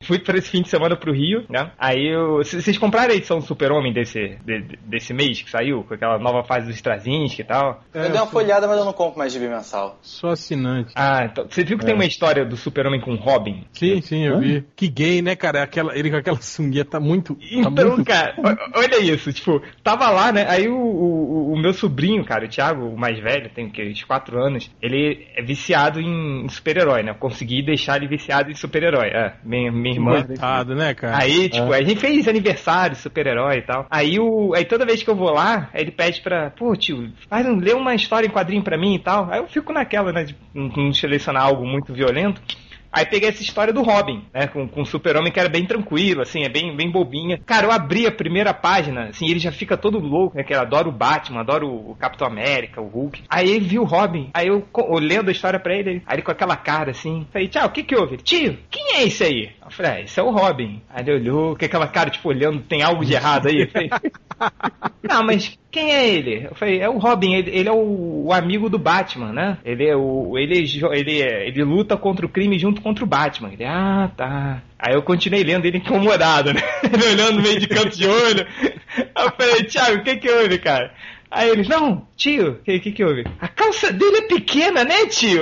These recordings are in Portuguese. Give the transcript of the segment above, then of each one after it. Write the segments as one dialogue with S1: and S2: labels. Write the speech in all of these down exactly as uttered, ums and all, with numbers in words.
S1: fui pra esse fim de semana pro Rio, né? Aí eu... Vocês compraram a edição do Super-Homem desse, de, desse mês que saiu? Com aquela nova fase do Straczynski e tal?
S2: É, eu dei uma folhada, mas eu não compro mais gibi mensal.
S3: Sou assinante.
S1: Ah, então... Você viu que é. tem uma história do Super-Homem com o Robin?
S3: Sim, sim, eu Hã? vi. Que gay, né, cara? Aquela, ele com aquela sunguinha tá muito...
S1: Então,
S3: tá muito...
S1: cara, olha isso. Tipo, tava lá, né? Aí o, o, o meu sobrinho, cara, o Thiago, o mais velho, tem o quê? Uns quatro anos, ele é viciado em super-herói, né? Eu consegui deixar ele viciado em super-herói. É, minha, minha irmã...
S3: Coitado, né, cara?
S1: Aí, tipo, é. a gente fez aniversário, super-herói e tal. Aí, o, aí toda vez que eu vou lá, ele pede pra... Pô, tio, vai ler uma história em quadrinho pra mim e tal. Aí eu fico naquela, né? De não selecionar algo muito violento. Aí peguei essa história do Robin, né, com, com o Super-Homem, que era bem tranquilo, assim, é bem, bem bobinha. Cara, eu abri a primeira página, assim, ele já fica todo louco, né, que ele adora o Batman, adora o, o Capitão América, o Hulk. Aí ele viu o Robin, aí eu, eu lendo a história pra ele, aí ele com aquela cara, assim, falei, tchau, o que que houve? Tio, quem é esse aí? Eu falei, ah, esse é o Robin. Aí ele olhou, com aquela cara, tipo, olhando, tem algo de errado aí? Eu falei, não, mas quem é ele? Eu falei, é o Robin, ele, ele é o, o amigo do Batman, né? Ele é o. Ele, ele, ele luta contra o crime junto contra o Batman. Ele, ah, tá. Aí eu continuei lendo ele incomodado, né? Ele olhando meio de canto de olho. Aí eu falei, Thiago, o que que houve, cara? Aí eles, não, tio, o que, que que houve? A calça dele é pequena, né, tio?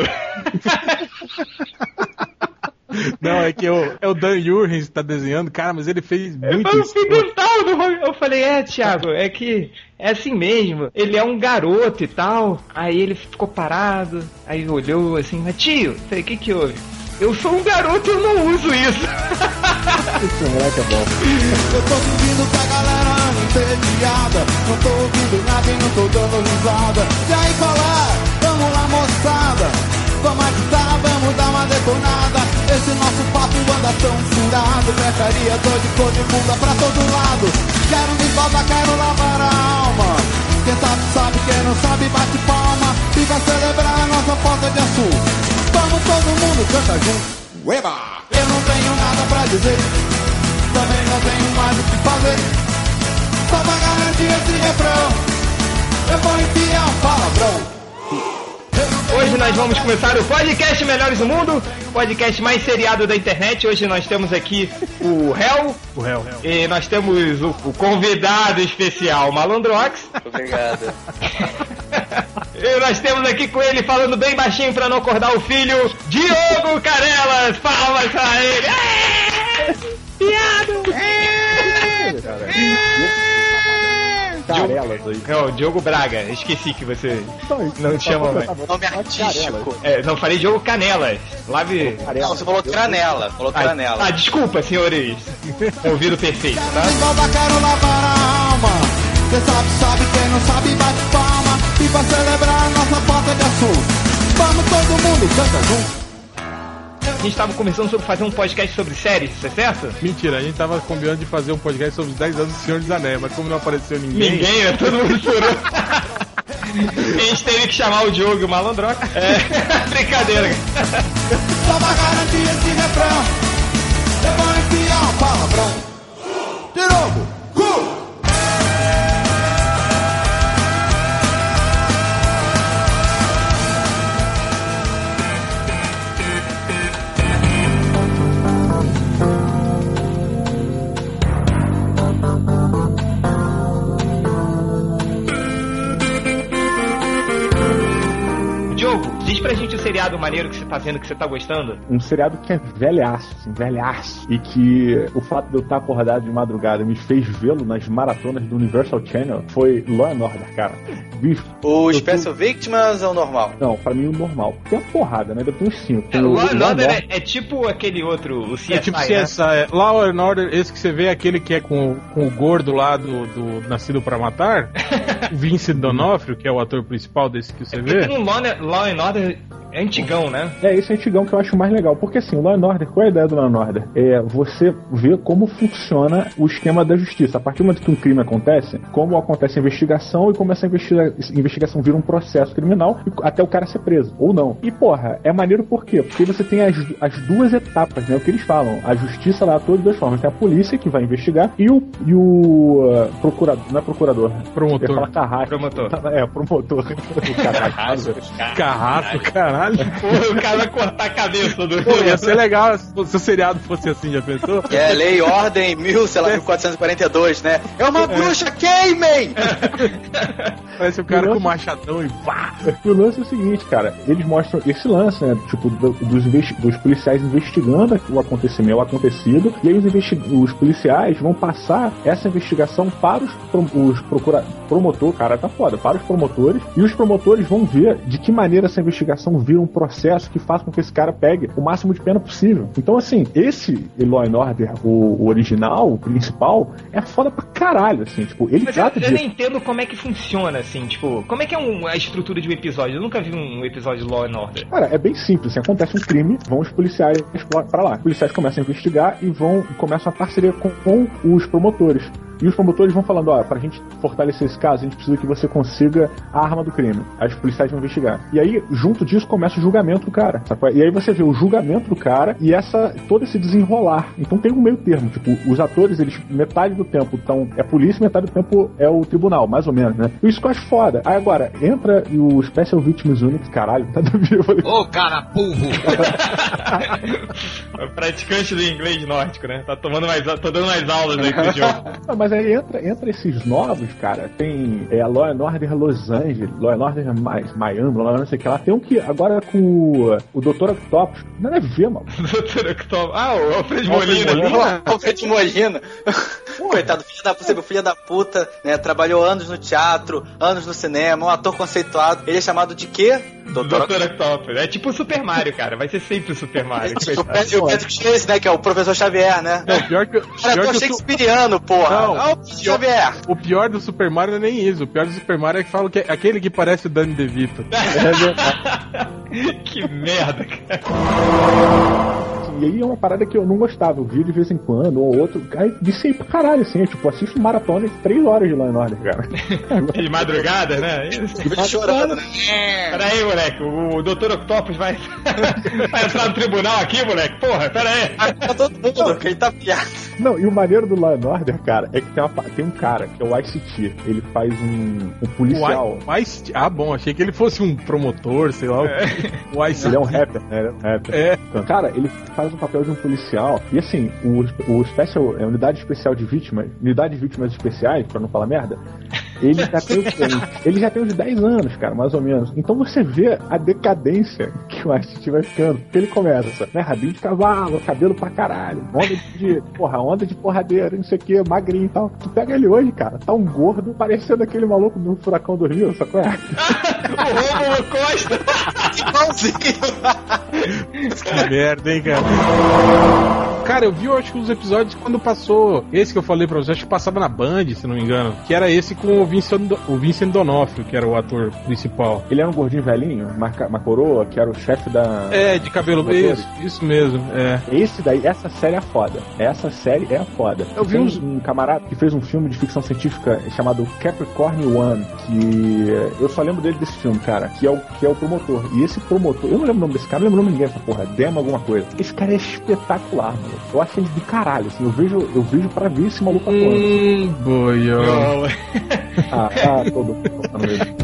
S3: Não, é que eu, é o Dan Jurgens que tá desenhando, cara, mas ele fez muito
S1: eu,
S3: isso.
S1: Eu falei, é, Thiago, é que é assim mesmo. Ele é um garoto e tal. Aí ele ficou parado, aí olhou assim, mas tio, falei, o que que houve? Eu sou um garoto, eu não uso isso.
S4: Esse moleque é bom. Eu tô pedindo pra galera entediada. Não tô ouvindo nada e não tô dando risada. E aí, qual é? Vamos lá, moçada. Vamos agitar, vamos dar uma detonada. Esse nosso papo anda tão furado. Pecaria, dor de cor de bunda pra todo lado. Quero me salvar, quero lavar a alma. Quem sabe, sabe, quem não sabe, bate palma. E vai celebrar a nossa porta de azul. Vamos todo mundo, canta junto. Ueba! Eu não tenho nada pra dizer. Também não tenho mais o que fazer. Só pra garantir esse refrão, eu vou enfiar um palavrão.
S1: Hoje nós vamos começar o podcast Melhores do Mundo, podcast mais seriado da internet. Hoje nós temos aqui o Hel,
S3: o Hel,
S1: e nós temos o, o convidado especial, Malandrox.
S2: Obrigado.
S1: E nós temos aqui com ele, falando bem baixinho pra não acordar o filho, Diogo Canelas. Palmas pra ele. Piado.
S4: Carelas aí.
S1: Não, Diogo Braga. Esqueci que você não te chama mais.
S2: Nome artístico.
S1: É, não, falei Diogo Canelas. Lave...
S2: Não, você falou Cranela. Falou
S1: ah,
S2: Cranela.
S1: Ah, desculpa, senhores. Ouvido perfeito, tá?
S4: Quero quero lavar a alma. Quem sabe, sabe, quem não sabe, bate palma. E pra celebrar a nossa porta de azul. Vamos todo mundo, canta junto.
S1: A gente tava conversando sobre fazer um podcast sobre séries, isso é certo?
S3: Mentira, a gente tava combinando de fazer um podcast sobre os dez anos do Senhor dos Anéis, mas como não apareceu ninguém...
S1: Ninguém, né? Todo mundo furou. A gente teve que chamar o Diogo e o Malandroca. É, brincadeira.
S4: Só pra garantir esse refrão, eu vou enfiar um palavrão. De novo, cu!
S1: Diz pra gente o seriado maneiro que você tá vendo, que você tá gostando.
S5: Um seriado que é velhaço, assim, velhaço. E que o fato de eu estar acordado de madrugada me fez vê-lo nas maratonas do Universal Channel foi Law and Order, cara. Bicho,
S2: o Special tô... Victims é o normal?
S5: Não, pra mim o normal. Tem uma porrada, né? Depois uns cinco.
S1: É, o Law and Order é, é tipo aquele outro, o C S I,
S3: é tipo C S I, né? Law and Order, esse que você vê é aquele que é com, com o gordo lá do, do Nascido pra Matar. O Vincent D'Onofrio, que é o ator principal desse que você vê.
S1: Tem um Law and Order é antigão, né?
S5: É, esse é antigão que eu acho mais legal. Porque assim, o Law and Order, qual é a ideia do Law and Order? É você ver como funciona o esquema da justiça. A partir do momento que um crime acontece, como acontece a investigação e como essa investiga- investigação vira um processo criminal até o cara ser preso, ou não. E porra, é maneiro por quê? Porque você tem as, as duas etapas, né? O que eles falam. A justiça lá atua de duas formas. Tem a polícia que vai investigar e o, e o uh, procurador, não é procurador.
S3: Promotor.
S1: Promotor.
S5: É, promotor. O carrasco.
S3: Carrasco, caralho. caralho.
S1: Porra, o cara vai cortar a cabeça do...
S3: Pô, ia ser legal se, se o seriado fosse assim, já pensou?
S2: É, Lei e Ordem mil, sei lá, mil quatrocentos e quarenta e dois, né? É uma bruxa, queimem!
S3: Parece o cara com o machadão e pá!
S5: E o lance é o seguinte, cara, eles mostram esse lance, né? Tipo, do, dos, investi- dos policiais investigando o acontecimento, o acontecido, e aí os, investi- os policiais vão passar essa investigação para os, pro- os procura- promotores, cara, tá foda, para os promotores, e os promotores vão ver de que maneira essa investigação vira um processo que faz com que esse cara pegue o máximo de pena possível. Então, assim, esse Law and Order, o, o original, o principal, é foda pra caralho, assim, tipo, ele
S1: Mas eu,
S5: trata
S1: eu
S5: disso.
S1: nem entendo como é que funciona, assim, tipo, como é que é um, a estrutura de um episódio? Eu nunca vi um episódio de Law and Order.
S5: Cara, é bem simples, assim, acontece um crime, vão os policiais pra lá. Os policiais começam a investigar e vão começam a parceria com, com os promotores. E os promotores vão falando, ó, pra gente fortalecer esse caso, a gente precisa que você consiga a arma do crime. Aí os policiais vão investigar. E aí, junto disso, começa o julgamento do cara, sacou? E aí você vê o julgamento do cara e essa, todo esse desenrolar. Então tem um meio termo, tipo, os atores, eles, metade do tempo estão, é polícia, metade do tempo é o tribunal, mais ou menos, né? Isso que eu acho foda. Aí agora, entra o Special Victims Unit, caralho, tá do vivo.
S6: Ô, oh, cara burro!
S1: Praticante do inglês nórdico, né? Tá tomando mais, tá dando mais aulas aí pro jogo.
S5: Não, mas aí entra, entra esses novos, cara. Tem é, Law and Order Los Angeles, Law and Order Miami, Law and não sei o que lá. Tem um que agora com o, o doutor Octopus. Nada a ver, mano.
S1: doutor Octopus. Ah, o Alfred Molina.
S2: O Alfred Molina. Coitado, filho da puta, filho da puta, né? Trabalhou anos no teatro, anos no cinema, um ator conceituado. Ele é chamado de quê?
S1: doutor Octopus. É tipo o Super Mario, cara. Vai ser sempre o Super Mario.
S2: E o Patrick Swayze, né? Que é o professor Xavier, né?
S3: Não, pior que,
S2: cara,
S3: pior
S2: tô
S3: que
S2: shakespeareano, porra.
S3: Não,
S2: Olha o Xavier.
S3: O pior do Super Mario não é nem isso. O pior do Super Mario é que fala que é aquele que parece o Danny DeVito.
S1: Que merda, cara.
S5: E aí é uma parada que eu não gostava, eu via de vez em quando, ou outro. Aí disse aí pra caralho, assim, eu, tipo, assisto maratona de três horas de Law and Order, cara.
S1: De madrugada, né?
S2: Fico chorando, né?
S1: Pera aí, moleque, o doutor Octopus vai... vai entrar no tribunal aqui, moleque. Porra, pera aí.
S2: Tá todo mundo, que ele tá piado.
S5: Não, e o maneiro do Law and Order, cara, é que tem, uma, tem um cara, que é o Ice T. Ele faz um, um policial.
S3: O Ice T. Ah, bom, achei que ele fosse um promotor, sei lá.
S1: É.
S3: O Ice
S5: Ele é um rapper, né? Ele é um rapper.
S3: É.
S5: Então, cara, ele faz o papel de um policial. E assim, o, o Special, é Unidade Especial de Vítimas, Unidade de Vítimas Especiais, pra não falar merda, ele já tem uns, ele já tem uns dez anos, cara, mais ou menos. Então você vê a decadência que o Ice T vai ficando. Porque ele começa, né? Rabinho de cavalo, cabelo pra caralho, onda de, porra, onda de porradeira, não sei o que, magrinho e tal. Tu pega ele hoje, cara, tá um gordo, parecendo aquele maluco do Furacão do Rio, sacou?
S1: O Rômulo Costa.
S3: Que merda, hein, cara? Cara, eu vi, eu acho que os episódios quando passou esse que eu falei pra você, acho que passava na Band, se não me engano, que era esse com o Vincent, o Vincent D'Onofrio, que era o ator principal.
S5: Ele era um gordinho velhinho, uma, uma coroa, que era o chefe da...
S3: É, de cabelo... Isso, isso mesmo, é.
S5: Esse daí, essa série é foda. Essa série é foda.
S3: Eu vi
S5: Tem
S3: uns...
S5: um camarada que fez um filme de ficção científica chamado Capricorn One, que eu só lembro dele desse filme, cara, que é o, que é o promotor. E esse promotor, eu não lembro o nome desse cara, não lembro o nome de ninguém, essa porra, Demo alguma coisa. Esse cara é espetacular, mano. Eu acho ele de caralho, assim, eu vejo, eu vejo pra ver esse maluco atuando.
S3: Hum, boiô.
S5: Ah, tá, todo tocando ele.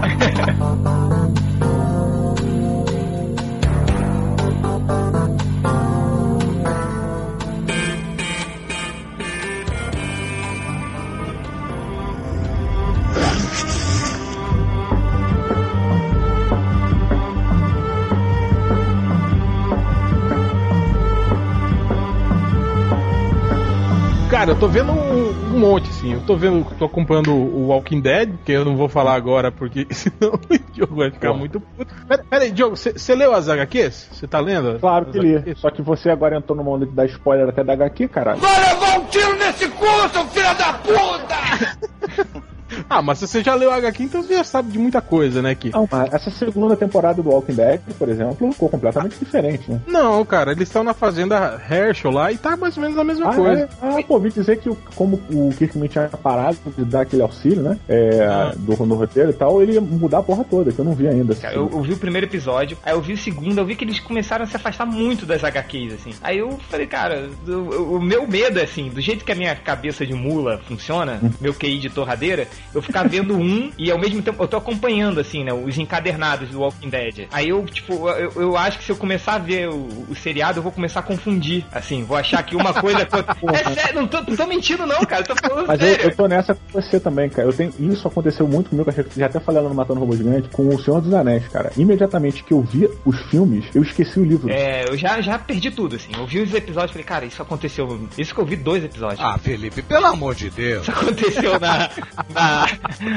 S3: Cara, eu tô vendo um, um monte, assim. Eu tô vendo, tô acompanhando o Walking Dead, que eu não vou falar agora, porque senão o Diogo vai ficar muito puto. Pera, pera aí, Diogo, você leu as H Qs? Você tá lendo?
S5: Claro que li. Só que você agora entrou numa onda de dar spoiler até da H Q, caralho.
S6: Vai levar um tiro nesse cu, seu filho da puta!
S3: Ah, mas se você já leu a H Q, então você já sabe de muita coisa, né, Ki?
S5: Não, mas essa segunda temporada do Walking Dead, por exemplo, ficou completamente diferente, né?
S3: Não, cara, eles estão na fazenda Herschel lá e tá mais ou menos a mesma
S5: ah,
S3: coisa.
S5: É? Ah, pô, vi dizer que como o Kirkman tinha parado de dar aquele auxílio, né, é, ah. do, no roteiro e tal, ele ia mudar a porra toda, que eu não vi ainda. Assim.
S1: Eu, eu vi o primeiro episódio, aí eu vi o segundo, eu vi que eles começaram a se afastar muito das H Qs, assim. Aí eu falei, cara, o, o meu medo, assim, do jeito que a minha cabeça de mula funciona, hum. meu Q I de torradeira, eu ficar vendo um e ao mesmo tempo eu tô acompanhando, assim, né, os encadernados do Walking Dead. Aí eu, tipo, eu, eu acho que se eu começar a ver o, o seriado, eu vou começar a confundir, assim, vou achar que uma coisa... é sério, não tô, não tô mentindo não, cara, tô falando
S5: Mas
S1: sério.
S5: eu, eu tô nessa com você também, cara. Eu tenho, isso aconteceu muito comigo, já até falei lá no Matando Robô Gigante, com o Senhor dos Anéis, cara. Imediatamente que eu vi os filmes, eu esqueci o livro.
S1: É, eu já, já perdi tudo, assim. Eu vi os episódios e falei, cara, isso aconteceu. Isso que eu vi dois episódios.
S6: Ah, Felipe, pelo amor de Deus.
S1: Isso aconteceu na na,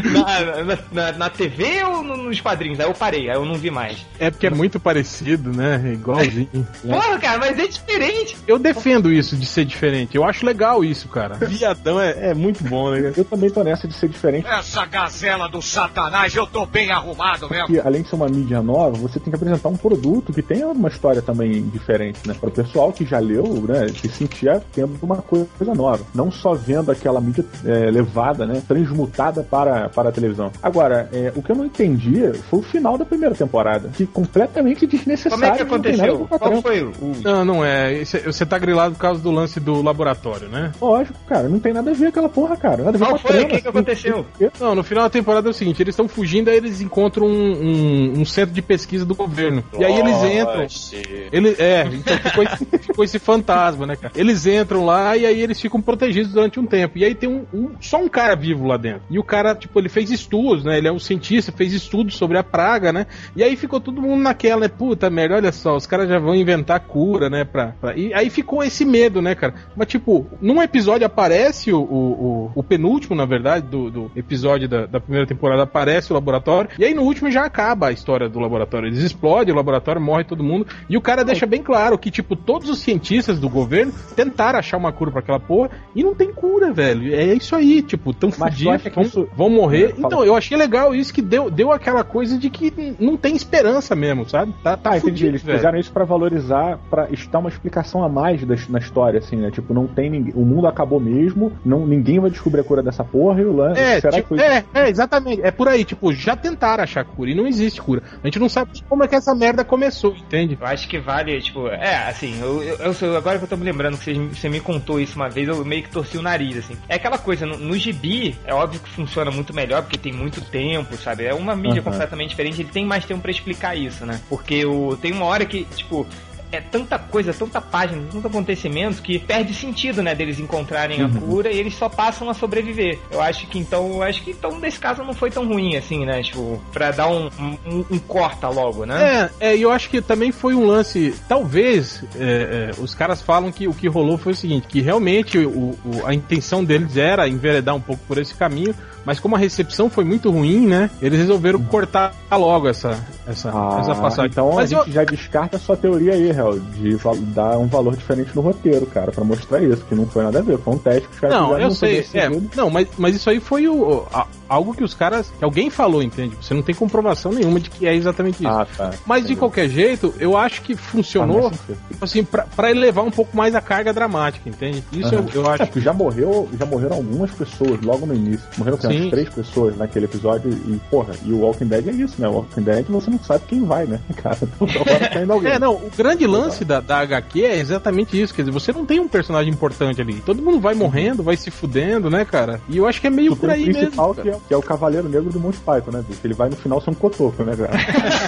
S1: na, na, na, na T V ou no, nos quadrinhos? Aí eu parei, aí eu não vi mais.
S3: É porque é muito parecido, né? Igualzinho.
S1: Porra, cara, mas é diferente.
S3: Eu defendo isso de ser diferente. Eu acho legal isso, cara. Viadão é, é muito bom, né?
S5: Eu também tô nessa de ser diferente.
S6: Essa gazela do satanás, eu tô bem arrumado mesmo.
S5: Porque, além de ser uma mídia nova, você tem que apresentar um produto que tenha uma história também diferente, né? Para o pessoal que já leu, né? Se sentir tendo uma coisa nova. Não só vendo aquela mídia é, levada, né? Transmutada para, para a televisão. Agora, é, o que eu não entendi foi o final da primeira temporada. Que completamente desnecessário.
S1: Como é que aconteceu? Qual foi o...
S3: Não, não é. Você tá grilado por causa do lance do laboratório, né?
S5: Lógico, cara. Não tem nada a ver aquela porra, cara. Nada a ver
S1: Qual
S5: com
S1: foi?
S5: a
S1: O que, que aconteceu?
S3: Não, no final da temporada é o seguinte, eles estão fugindo, aí eles encontram um, um, um centro de pesquisa do governo. E aí eles entram. Ele, é, então ficou esse, ficou esse fantasma, né, cara? Eles entram lá e aí eles ficam protegidos durante um tempo. E aí tem um, um, só um cara vivo lá dentro. E o cara, tipo, ele fez estudos, né? Ele é um cientista, fez estudos sobre a praga, né? E aí ficou todo mundo naquela, né? Puta merda, olha só, os caras já vão inventar cura, né? Pra, pra... E aí ficou esse medo, né, cara? Mas, tipo, num episódio aparece o, o, o, o penúltimo, na verdade, do, do episódio da, da primeira temporada, aparece o laboratório. E aí no último já acaba a história do laboratório. Eles explodem, o laboratório morre todo mundo. E o cara deixa bem claro que, tipo, todos os cientistas do governo tentaram achar uma cura pra aquela porra e não tem cura, velho. É isso aí, tipo, tão fudidos, vão, isso... vão morrer. É, então, eu achei legal isso que deu, deu aquela coisa de que não tem esperança mesmo, sabe? Tá, tá
S5: ah,
S3: fudido,
S5: entendi. Eles
S3: velho.
S5: fizeram isso pra valorizar, pra estar uma explicação a mais da, na história, assim, né? Tipo, não tem ninguém. O mundo acabou mesmo, não, ninguém vai descobrir a cura dessa porra e o lance.
S3: É,
S5: será
S3: tipo,
S5: que...
S3: é, é, exatamente. É por aí, tipo, já tentaram achar cura e não existe cura. A gente não sabe como é que essa merda começou, entende?
S1: Eu acho que vale, tipo, é, assim, eu, eu, eu agora que eu tô me lembrando que você, você me contou isso uma vez, eu meio que torci o nariz, assim. É aquela coisa, no, no gibi, é óbvio que funciona muito melhor, porque tem muito tempo, sabe? É uma mídia uhum. completamente diferente, ele tem mais tempo pra explicar isso, né? Porque o, tem uma hora que, tipo, é tanta coisa, tanta página, tanto acontecimento que perde sentido, né, deles encontrarem uhum. a cura e eles só passam a sobreviver. Eu acho que então, eu acho que então nesse caso não foi tão ruim assim, né, tipo, pra dar um, um, um corta logo, né?
S3: É, é, e eu acho que também foi um lance, talvez, é, é, os caras falam que o que rolou foi o seguinte, que realmente o, o, a intenção deles era enveredar um pouco por esse caminho, mas como a recepção foi muito ruim, né, eles resolveram cortar logo essa, essa,
S5: ah,
S3: essa passagem.
S5: Então
S3: mas
S5: a gente
S3: eu...
S5: já descarta a sua teoria aí, Hel, de dar um valor diferente no roteiro, cara, pra mostrar isso, que não foi nada a ver, foi um teste que os caras
S3: não,
S5: fizeram.
S3: Eu sei, é, não, mas, mas isso aí foi o, a, algo que os caras, que alguém falou, entende? Você não tem comprovação nenhuma de que é exatamente isso.
S5: Ah, tá.
S3: Mas de qualquer jeito, eu acho que funcionou, ah, tipo assim, pra, pra elevar um pouco mais a carga dramática, entende? Isso uhum. eu, eu acho.
S5: É, que já morreu, já morreram algumas pessoas logo no início. Morreram umas três pessoas naquele episódio e, porra, e o Walking Dead é isso, né? O Walking Dead você não sabe quem vai, né, cara? Toda hora tá indo alguém.
S3: É, não, o grande lance da, da H Q é exatamente isso, quer dizer, você não tem um personagem importante ali. Todo mundo vai morrendo, vai se fudendo, né, cara? E eu acho que é meio tu por aí mesmo. O principal
S5: que é, que é o Cavaleiro Negro do Monty Python, né, bicho? Ele vai no final ser um cotoco, né, cara?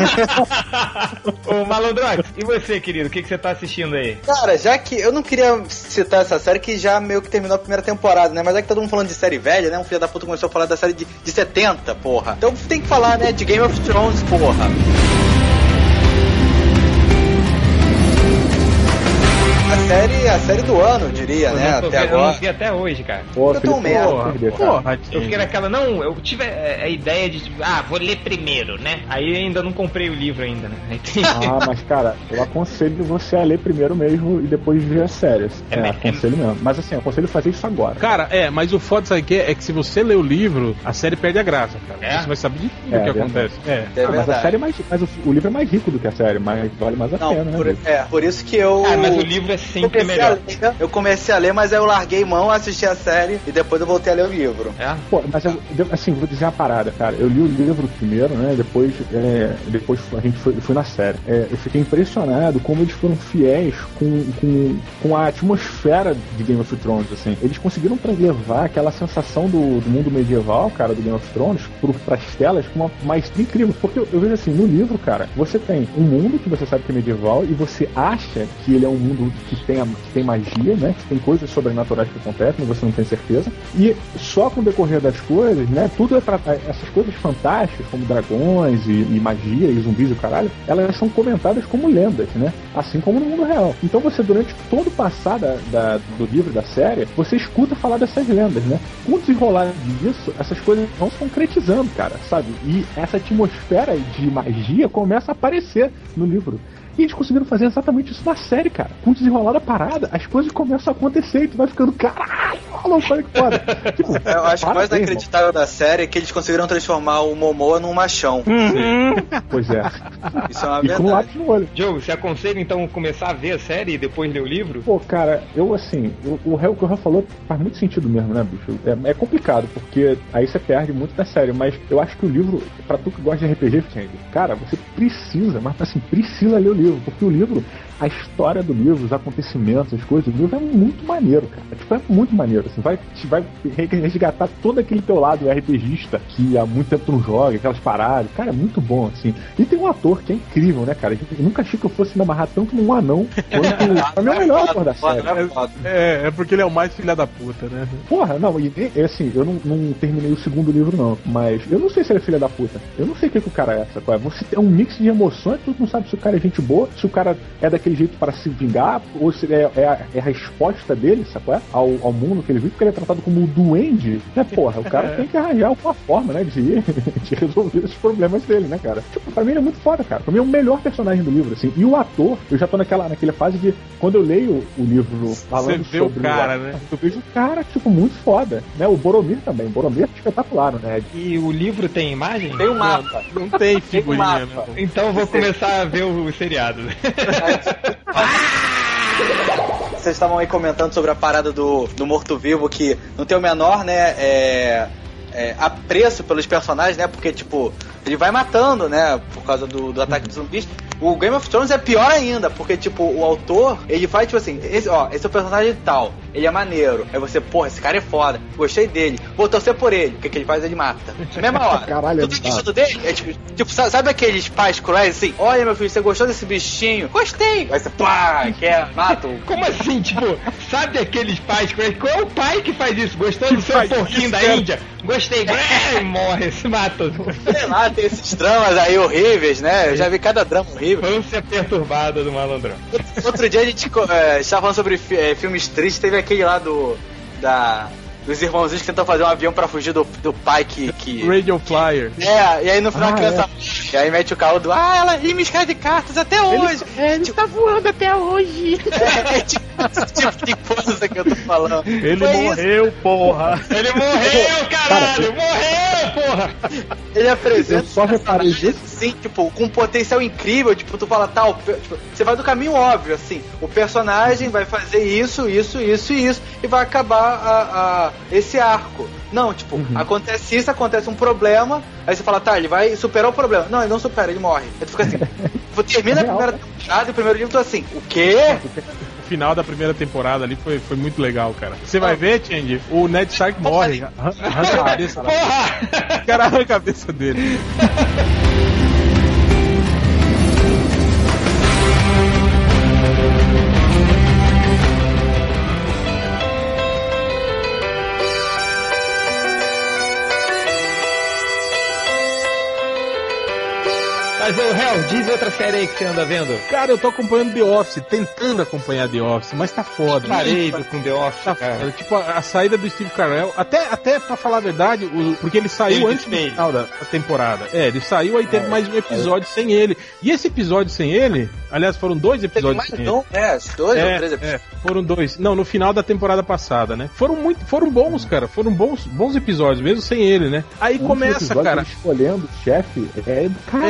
S1: Ô, Malandrox, e você, querido? O que, que você tá assistindo aí?
S2: Cara, já que eu não queria citar essa série que já meio que terminou a primeira temporada, né? Mas é que todo mundo falando de série velha, né? Um filho da puta começou a falar da série de, de setenta, porra. Então tem que falar, né, de Game of Thrones, porra. A série, a série do ano, eu diria, eu né? Até
S1: vendo,
S2: agora.
S1: Eu não vi até hoje, cara.
S5: Pô,
S2: eu tô um merda. Porra,
S1: porra, eu fiquei naquela, não, eu tive a, a ideia de, tipo, ah, vou ler primeiro, né? Aí ainda não comprei o livro ainda, né?
S5: Ah, mas cara, eu aconselho você a ler primeiro mesmo e depois ver as séries. É, é aconselho mesmo. Mas assim, eu aconselho fazer isso agora.
S3: Cara, é, mas o foda, sabe o que é? É que se você ler o livro, a série perde a graça, cara. É? Você vai saber de tudo o
S5: é,
S3: que
S5: é
S3: acontece. É,
S5: é ah, mas a série é mais. Mas o, o livro é mais rico do que a série, mas vale mais a
S2: não,
S5: pena,
S2: por,
S5: né?
S2: É, por isso que eu.
S1: Ah, mas o livro é sempre melhor.
S2: Ler, eu comecei a ler, mas aí eu larguei mão, assisti a série e depois eu voltei a ler o livro.
S1: É?
S5: Pô, mas eu, assim, vou dizer uma parada, cara. Eu li o livro primeiro, né? Depois, é, depois a gente foi, foi na série. É, eu fiquei impressionado como eles foram fiéis com, com, com a atmosfera de Game of Thrones, assim. Eles conseguiram levar aquela sensação do, do mundo medieval, cara, do Game of Thrones, pro, pras telas com uma maestria incrível. Porque eu, eu vejo assim, no livro, cara, você tem um mundo que você sabe que é medieval e você acha que ele é um mundo que tem, a, que tem magia, né? Que tem coisas sobrenaturais que acontecem, mas você não tem certeza. E só com o decorrer das coisas, né? Tudo é pra, essas coisas fantásticas, como dragões e, e magia e zumbis e o caralho, elas são comentadas como lendas, né? Assim como no mundo real. Então você, durante todo o passado da, da, do livro, da série, você escuta falar dessas lendas, né? Com o desenrolar disso, essas coisas vão se concretizando, cara, sabe? E essa atmosfera de magia começa a aparecer no livro. E eles conseguiram fazer exatamente isso na série, cara. Com o desenrolar da parada, as coisas começam a acontecer e tu vai ficando, caralho, não foi que foda. Tipo,
S2: eu acho que o mais inacreditável da série é que eles conseguiram transformar o Momoa num machão.
S5: Uhum. Pois é.
S2: Isso é uma
S5: e
S2: verdade.
S5: com um lápis no olho.
S1: Diogo, você aconselha então começar a ver a série e depois ler o livro?
S5: Pô, cara, eu assim, o, o, o que o Rafa falou faz muito sentido mesmo, né, bicho? É, é complicado, porque aí você perde muito da série, mas eu acho que o livro, pra tu que gosta de R P G, cara, você precisa, mas assim, precisa ler o livro. Porque o livro, a história do livro, os acontecimentos, as coisas do livro é muito maneiro, cara. Tipo, é muito maneiro, assim, vai, vai resgatar todo aquele teu lado RPGista que há muito tempo tu não joga, aquelas paradas. Cara, é muito bom, assim. E tem um ator que é incrível, né, cara? Eu nunca achei que eu fosse me amarrar tanto num anão quanto... Pra mim é o melhor ator da série.
S3: É, é porque ele é o mais filha da puta, né?
S5: Porra, não, e assim, eu não, não terminei o segundo livro, não. Mas eu não sei se ele é filha da puta. Eu não sei o que, que o cara é, sabe? Você tem um mix de emoções, tu não sabe se o cara é gente boa, se o cara é daquele jeito para se vingar, ou se é, é, a, é a resposta dele, sabe, ao, ao mundo que ele vive, porque ele é tratado como um duende, né, porra, o cara tem que arranjar alguma forma, né, de, de resolver esses problemas dele, né, cara. Tipo, pra mim ele é muito foda, cara. Pra mim é o melhor personagem do livro, assim. E o ator, eu já tô naquela, naquela fase de, quando eu leio o livro falando
S3: Você vê
S5: sobre
S3: o cara,
S5: o,
S3: né?
S5: Eu vejo o cara, tipo, muito foda, né, o Boromir também. O Boromir é espetacular, né.
S1: E o livro tem imagem?
S2: Tem um mapa.
S3: Não, não tem figurinha,
S2: tem um mapa.
S1: Então eu vou começar a ver o seriado.
S2: Vocês estavam aí comentando sobre a parada do, do morto-vivo, que não tem o menor, né, é, é, apreço pelos personagens, né, porque, tipo, ele vai matando, né, por causa do, do ataque dos zumbis. O Game of Thrones é pior ainda, porque, tipo, o autor, ele faz, tipo assim, esse, ó, esse é o personagem tal, ele é maneiro. Aí você, porra, esse cara é foda, gostei dele, vou torcer por ele. O que, que ele faz? Ele mata. Na mesma hora.
S5: Caralho,
S2: tudo gostando dele é tipo, tipo, sabe aqueles pais cruéis assim? Olha, meu filho, você gostou desse bichinho? Gostei! Aí você, pá, quer, mata o...
S1: Como assim, tipo, sabe aqueles pais que... Qual é o pai que faz isso? Gostou do seu porquinho
S3: isso,
S1: da
S3: cara?
S1: Índia? Gostei. É, morre, se mata.
S2: Sei lá, tem esses dramas aí horríveis, né? Eu já vi cada drama horrível.
S1: Infância perturbada do malandrão.
S2: Outro dia a gente é, estava falando sobre é, filmes tristes, teve aquele lá do... da... dos irmãozinhos que tentam fazer um avião pra fugir do, do pai que, que...
S3: Radio Flyer.
S2: É, e aí no final
S5: Ah,
S2: a criança... É. E aí mete o carro do... Ah, ela ri me escreve cartas até hoje.
S5: Ele, ele tá voando até hoje.
S2: É, tipo, esse tipo de coisa que eu tô falando.
S3: Ele
S2: Foi
S3: morreu,
S2: isso.
S3: porra.
S1: Ele morreu, caralho! Morreu, porra!
S2: Ele apresenta
S5: Eu só reparei
S2: personagens, assim, tipo, com um potencial incrível, tipo, tu fala, tal, tá, tipo, você vai do caminho óbvio, assim, o personagem vai fazer isso, isso, isso e isso, e vai acabar a, a, esse arco. Não, tipo, uhum. acontece isso, acontece um problema, aí você fala, tá, ele vai superar o problema. Não, ele não supera, ele morre. Aí tu fica assim, tu termina a primeira temporada e o primeiro livro tu assim, o quê?
S3: O final da primeira temporada ali foi, foi muito legal, cara. Você vai ver, Change, o Ned Stark morre. Arranca a cabeça. O cara arranca a cabeça dele.
S1: Mas, ô, Hel, diz outra série aí que você anda vendo.
S3: Cara, eu tô acompanhando The Office, tentando acompanhar The Office, mas tá foda.
S1: Parei com The Office,
S3: tá
S1: cara.
S3: Foda. Tipo, a, a saída do Steve Carell, até, até pra falar a verdade, o, porque ele saiu
S1: ele
S3: antes do final da, da temporada. É, ele saiu, aí teve é, mais um episódio é. sem ele. E esse episódio sem ele, aliás, foram dois episódios
S2: teve mais
S3: sem
S2: um,
S3: ele.
S2: É, dois
S3: é,
S2: ou três episódios.
S3: É, foram dois. Não, no final da temporada passada, né? Foram muito, foram bons, cara. Foram bons, bons episódios, mesmo sem ele, né? Aí
S5: um
S3: começa, cara.
S5: Escolhendo o chefe é do caralho,
S3: é,
S5: cara.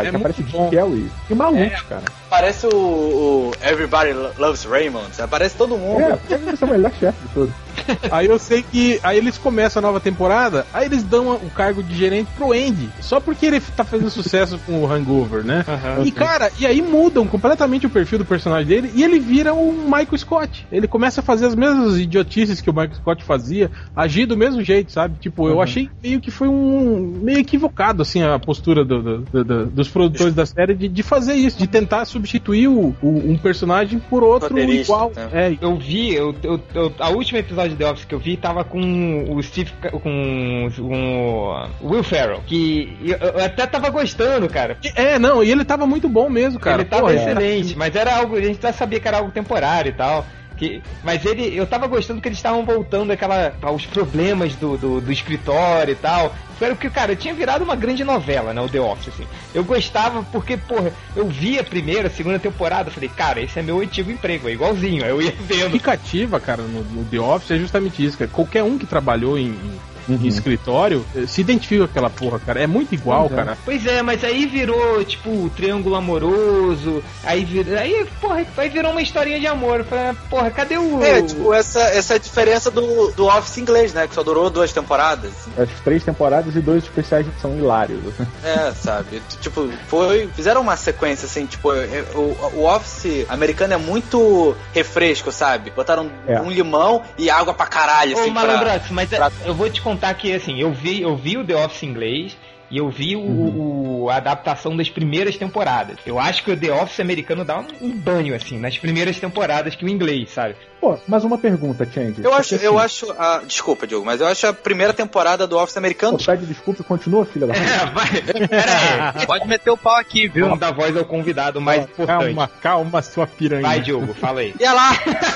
S5: cara.
S3: É
S5: Que aparece
S3: muito
S5: Jim
S3: bom.
S5: Carrey. Que maluco,
S2: É.
S5: cara.
S2: Parece o, o Everybody Loves Raymond. Aparece todo mundo.
S5: É, esse é o melhor chefe de todos.
S3: Aí eu sei que. Aí eles começam a nova temporada, aí eles dão o cargo de gerente pro Andy. Só porque ele tá fazendo sucesso com o Hangover, né?
S1: Uhum.
S3: E cara, e aí mudam completamente o perfil do personagem dele e ele vira o Michael Scott. Ele começa a fazer as mesmas idiotices que o Michael Scott fazia, agir do mesmo jeito, sabe? Tipo, eu
S5: Uhum.
S3: achei meio que foi um. meio equivocado, assim, a postura do, do, do, do, dos produtores da série de, de fazer isso, de tentar substituir o, o, um personagem por outro
S2: Roteirista,
S3: igual.
S2: né?
S3: É,
S1: Eu vi, eu, eu, eu, a última episódio de The Office que eu vi tava com o Steve, com, com o Will Ferrell, que eu, eu até tava gostando, cara.
S3: É, não, e ele tava muito bom mesmo, cara.
S1: Ele tava
S3: Pô,
S1: excelente, mas era algo, a gente já sabia que era algo temporário e tal. Que, mas ele, eu tava gostando que eles estavam voltando àquela, aos problemas do, do, do escritório e tal. Era porque, cara, tinha virado uma grande novela, né, o The Office, assim. Eu gostava porque, porra, eu vi a primeira, a segunda temporada, falei, cara, esse é meu antigo emprego, é igualzinho, aí eu ia
S3: O
S1: vendo.
S3: que cativa, cara, no, no The Office é justamente isso, cara. Qualquer um que trabalhou em, em,
S5: Uhum.
S3: em escritório eh, se identifica com aquela porra, cara. É muito igual,
S5: Pois é.
S3: cara.
S1: Pois é, mas aí virou, tipo, o triângulo amoroso, aí virou, aí, porra, aí virou uma historinha de amor. Eu falei, porra, cadê o...
S2: É, tipo, essa, essa é a diferença do, do Office inglês, né? Que só durou duas temporadas.
S5: As três temporadas e dois especiais que são hilários.
S2: É, sabe? Tipo, foi. Fizeram uma sequência assim, tipo, é, o, o Office americano é muito refresco, sabe? Botaram
S5: É.
S2: um limão e água pra caralho,
S1: Ô,
S2: assim, pra...
S1: Malandrax, mas é-
S2: pra-
S1: eu vou te contar que, assim, eu vi, eu vi o The Office inglês e eu vi o,
S5: Uhum.
S1: o- a adaptação das primeiras temporadas. Eu acho que o The Office americano dá um, um banho, assim, nas primeiras temporadas que o inglês, sabe?
S5: Pô, mas uma pergunta, Change.
S2: Eu acho,
S5: Porque,
S2: eu
S5: assim,
S2: acho. A... Desculpa, Diogo, mas eu acho a primeira temporada do Office americano.
S5: Pô, pede desculpa e continua, filha da puta.
S1: É, vai. Pera aí.
S2: Pode meter o pau aqui, viu?
S1: Vamos dar voz ao convidado mais importante.
S3: Calma, calma, sua piranha.
S1: Vai, Diogo, fala aí.
S2: E lá!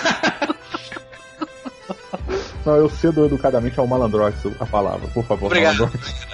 S5: Não, eu cedo educadamente ao Malandrox a palavra, por favor.
S2: Obrigado.
S5: Malandrox.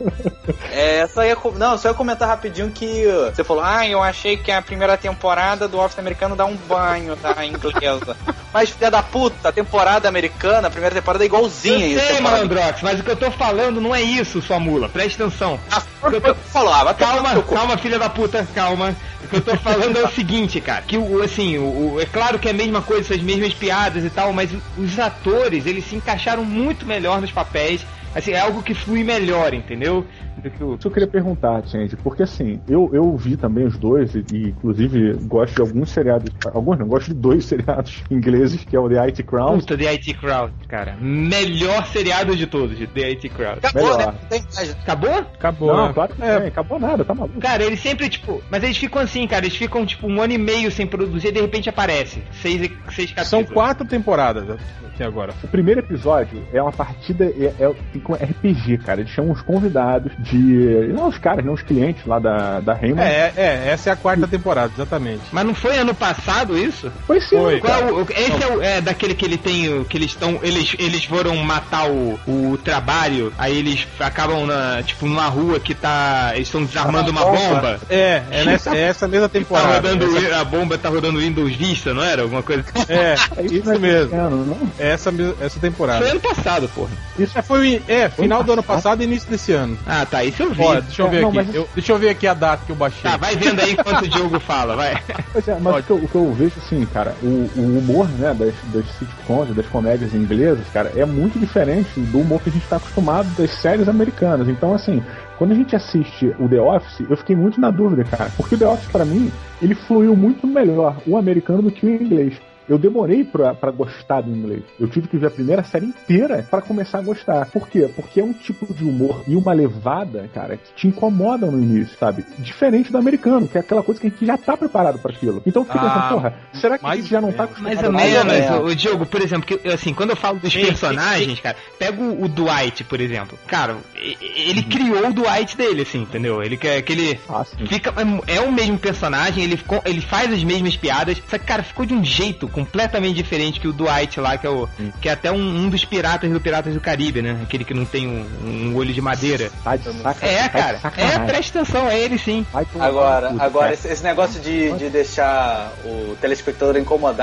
S2: É, só ia, co- não, só ia comentar rapidinho que uh, você falou, ah, eu achei que a primeira temporada do Office americano dá um banho da inglesa. Mas, filha da puta, a temporada americana, a primeira temporada é igualzinha.
S1: Eu
S2: a
S1: sei,
S2: temporada-
S1: Malandrox, mas o que eu tô falando não é isso, sua mula. Presta atenção.
S2: Ah, foi o que eu falava,
S1: Calma, calma, filha da puta, calma. O que eu tô falando é o seguinte, cara, que o, assim, o, o- é claro que é a mesma coisa, essas mesmas piadas e tal, mas os atores, eles se encaixaram muito melhor nos papéis. Assim, é algo que flui melhor, entendeu? Do que o...
S5: Isso eu queria perguntar, gente, porque assim, eu, eu vi também os dois, e, e inclusive gosto de alguns seriados, alguns não, gosto de dois seriados ingleses, que é o The I T Crowd.
S1: Puta, The I T Crowd, cara. Melhor seriado de todos, The I T Crowd.
S2: Acabou,
S5: Melhor.
S2: né? Tem mais.
S1: Acabou?
S3: Acabou.
S5: Não,
S3: né?
S5: claro que
S3: É,
S5: tem, acabou nada, tá maluco.
S1: Cara, eles sempre, tipo... Mas eles ficam assim, cara. Eles ficam, tipo, um ano e meio sem produzir e de repente aparece. Seis, seis capítulos.
S3: São quatro temporadas até agora.
S5: O primeiro episódio é uma partida, é, é, tem como R P G, cara. Eles chamam os convidados de. Não os caras, não os clientes lá da, da Raymond.
S3: É, é, essa é a quarta temporada, exatamente.
S1: Mas não foi ano passado isso?
S5: Foi sim,
S3: Foi.
S1: Qual
S5: cara.
S1: é o- esse é, o- é daquele que ele tem, o- que eles estão, eles, eles foram matar o, o trabalho, aí eles acabam na, tipo, numa rua que tá, eles estão desarmando uma bomba.
S3: É, é, nessa, é essa mesma
S1: Tá
S3: temporada.
S1: rodando,
S3: Essa-
S1: a bomba tá rodando Windows Vista, não era? Alguma coisa.
S3: é,
S5: É
S3: isso
S5: não é
S3: mesmo.
S5: esse ano, não?
S3: É essa, mes- essa temporada.
S1: Foi ano passado, porra.
S3: Isso foi, é, final do ano passado e início desse ano.
S1: Ah, tá, isso eu vi.
S3: Olha, deixa eu
S5: É,
S3: ver
S5: não,
S3: aqui.
S5: mas-
S3: Eu- deixa eu ver aqui a data que eu baixei.
S1: Tá, vai vendo aí enquanto o Diogo fala, vai.
S5: Pois é, mas o que, eu, o que eu vejo assim, cara, o, o humor, né, das, das sitcoms, das comédias inglesas, cara, é muito diferente do humor que a gente tá acostumado das séries americanas. Então, assim, quando a gente assiste o The Office, eu fiquei muito na dúvida, cara, porque o The Office, pra mim, ele fluiu muito melhor o americano do que o inglês. Eu demorei pra, pra gostar do inglês. Eu tive que ver a primeira série inteira pra começar a gostar. Por quê? Porque é um tipo de humor e uma levada, cara, que te incomoda no início, sabe? Diferente do americano, que é aquela coisa que a gente já tá preparado pra aquilo. Então eu fiquei
S3: Ah,
S5: pensando, porra, será que a
S3: mais
S5: gente já não
S3: ou
S5: tá
S3: menos.
S5: acostumado?
S1: Mais ou
S5: a-
S1: menos, o Diogo, por exemplo, que, assim, quando eu falo dos
S3: Sim,
S1: personagens, cara, pega o, o Dwight, por exemplo. Cara, e- ele criou o Dwight dele, assim, entendeu? Ele quer aquele.
S5: Ah, sim.
S1: Fica, é o mesmo personagem, ele, ficou- ele faz as mesmas piadas, só que, cara, ficou de um jeito completamente diferente que o Dwight lá, que é, o, que é até um, um dos piratas do Piratas do Caribe, né? Aquele que não tem um, um olho de madeira.
S5: Tá de saca,
S1: É,
S5: tá de
S1: cara, é,
S5: sacanagem.
S1: presta atenção, é ele sim.
S5: Vai tomar
S2: Agora,
S5: no cu,
S2: agora
S5: cara.
S2: esse, esse negócio de, de deixar o telespectador incomodado,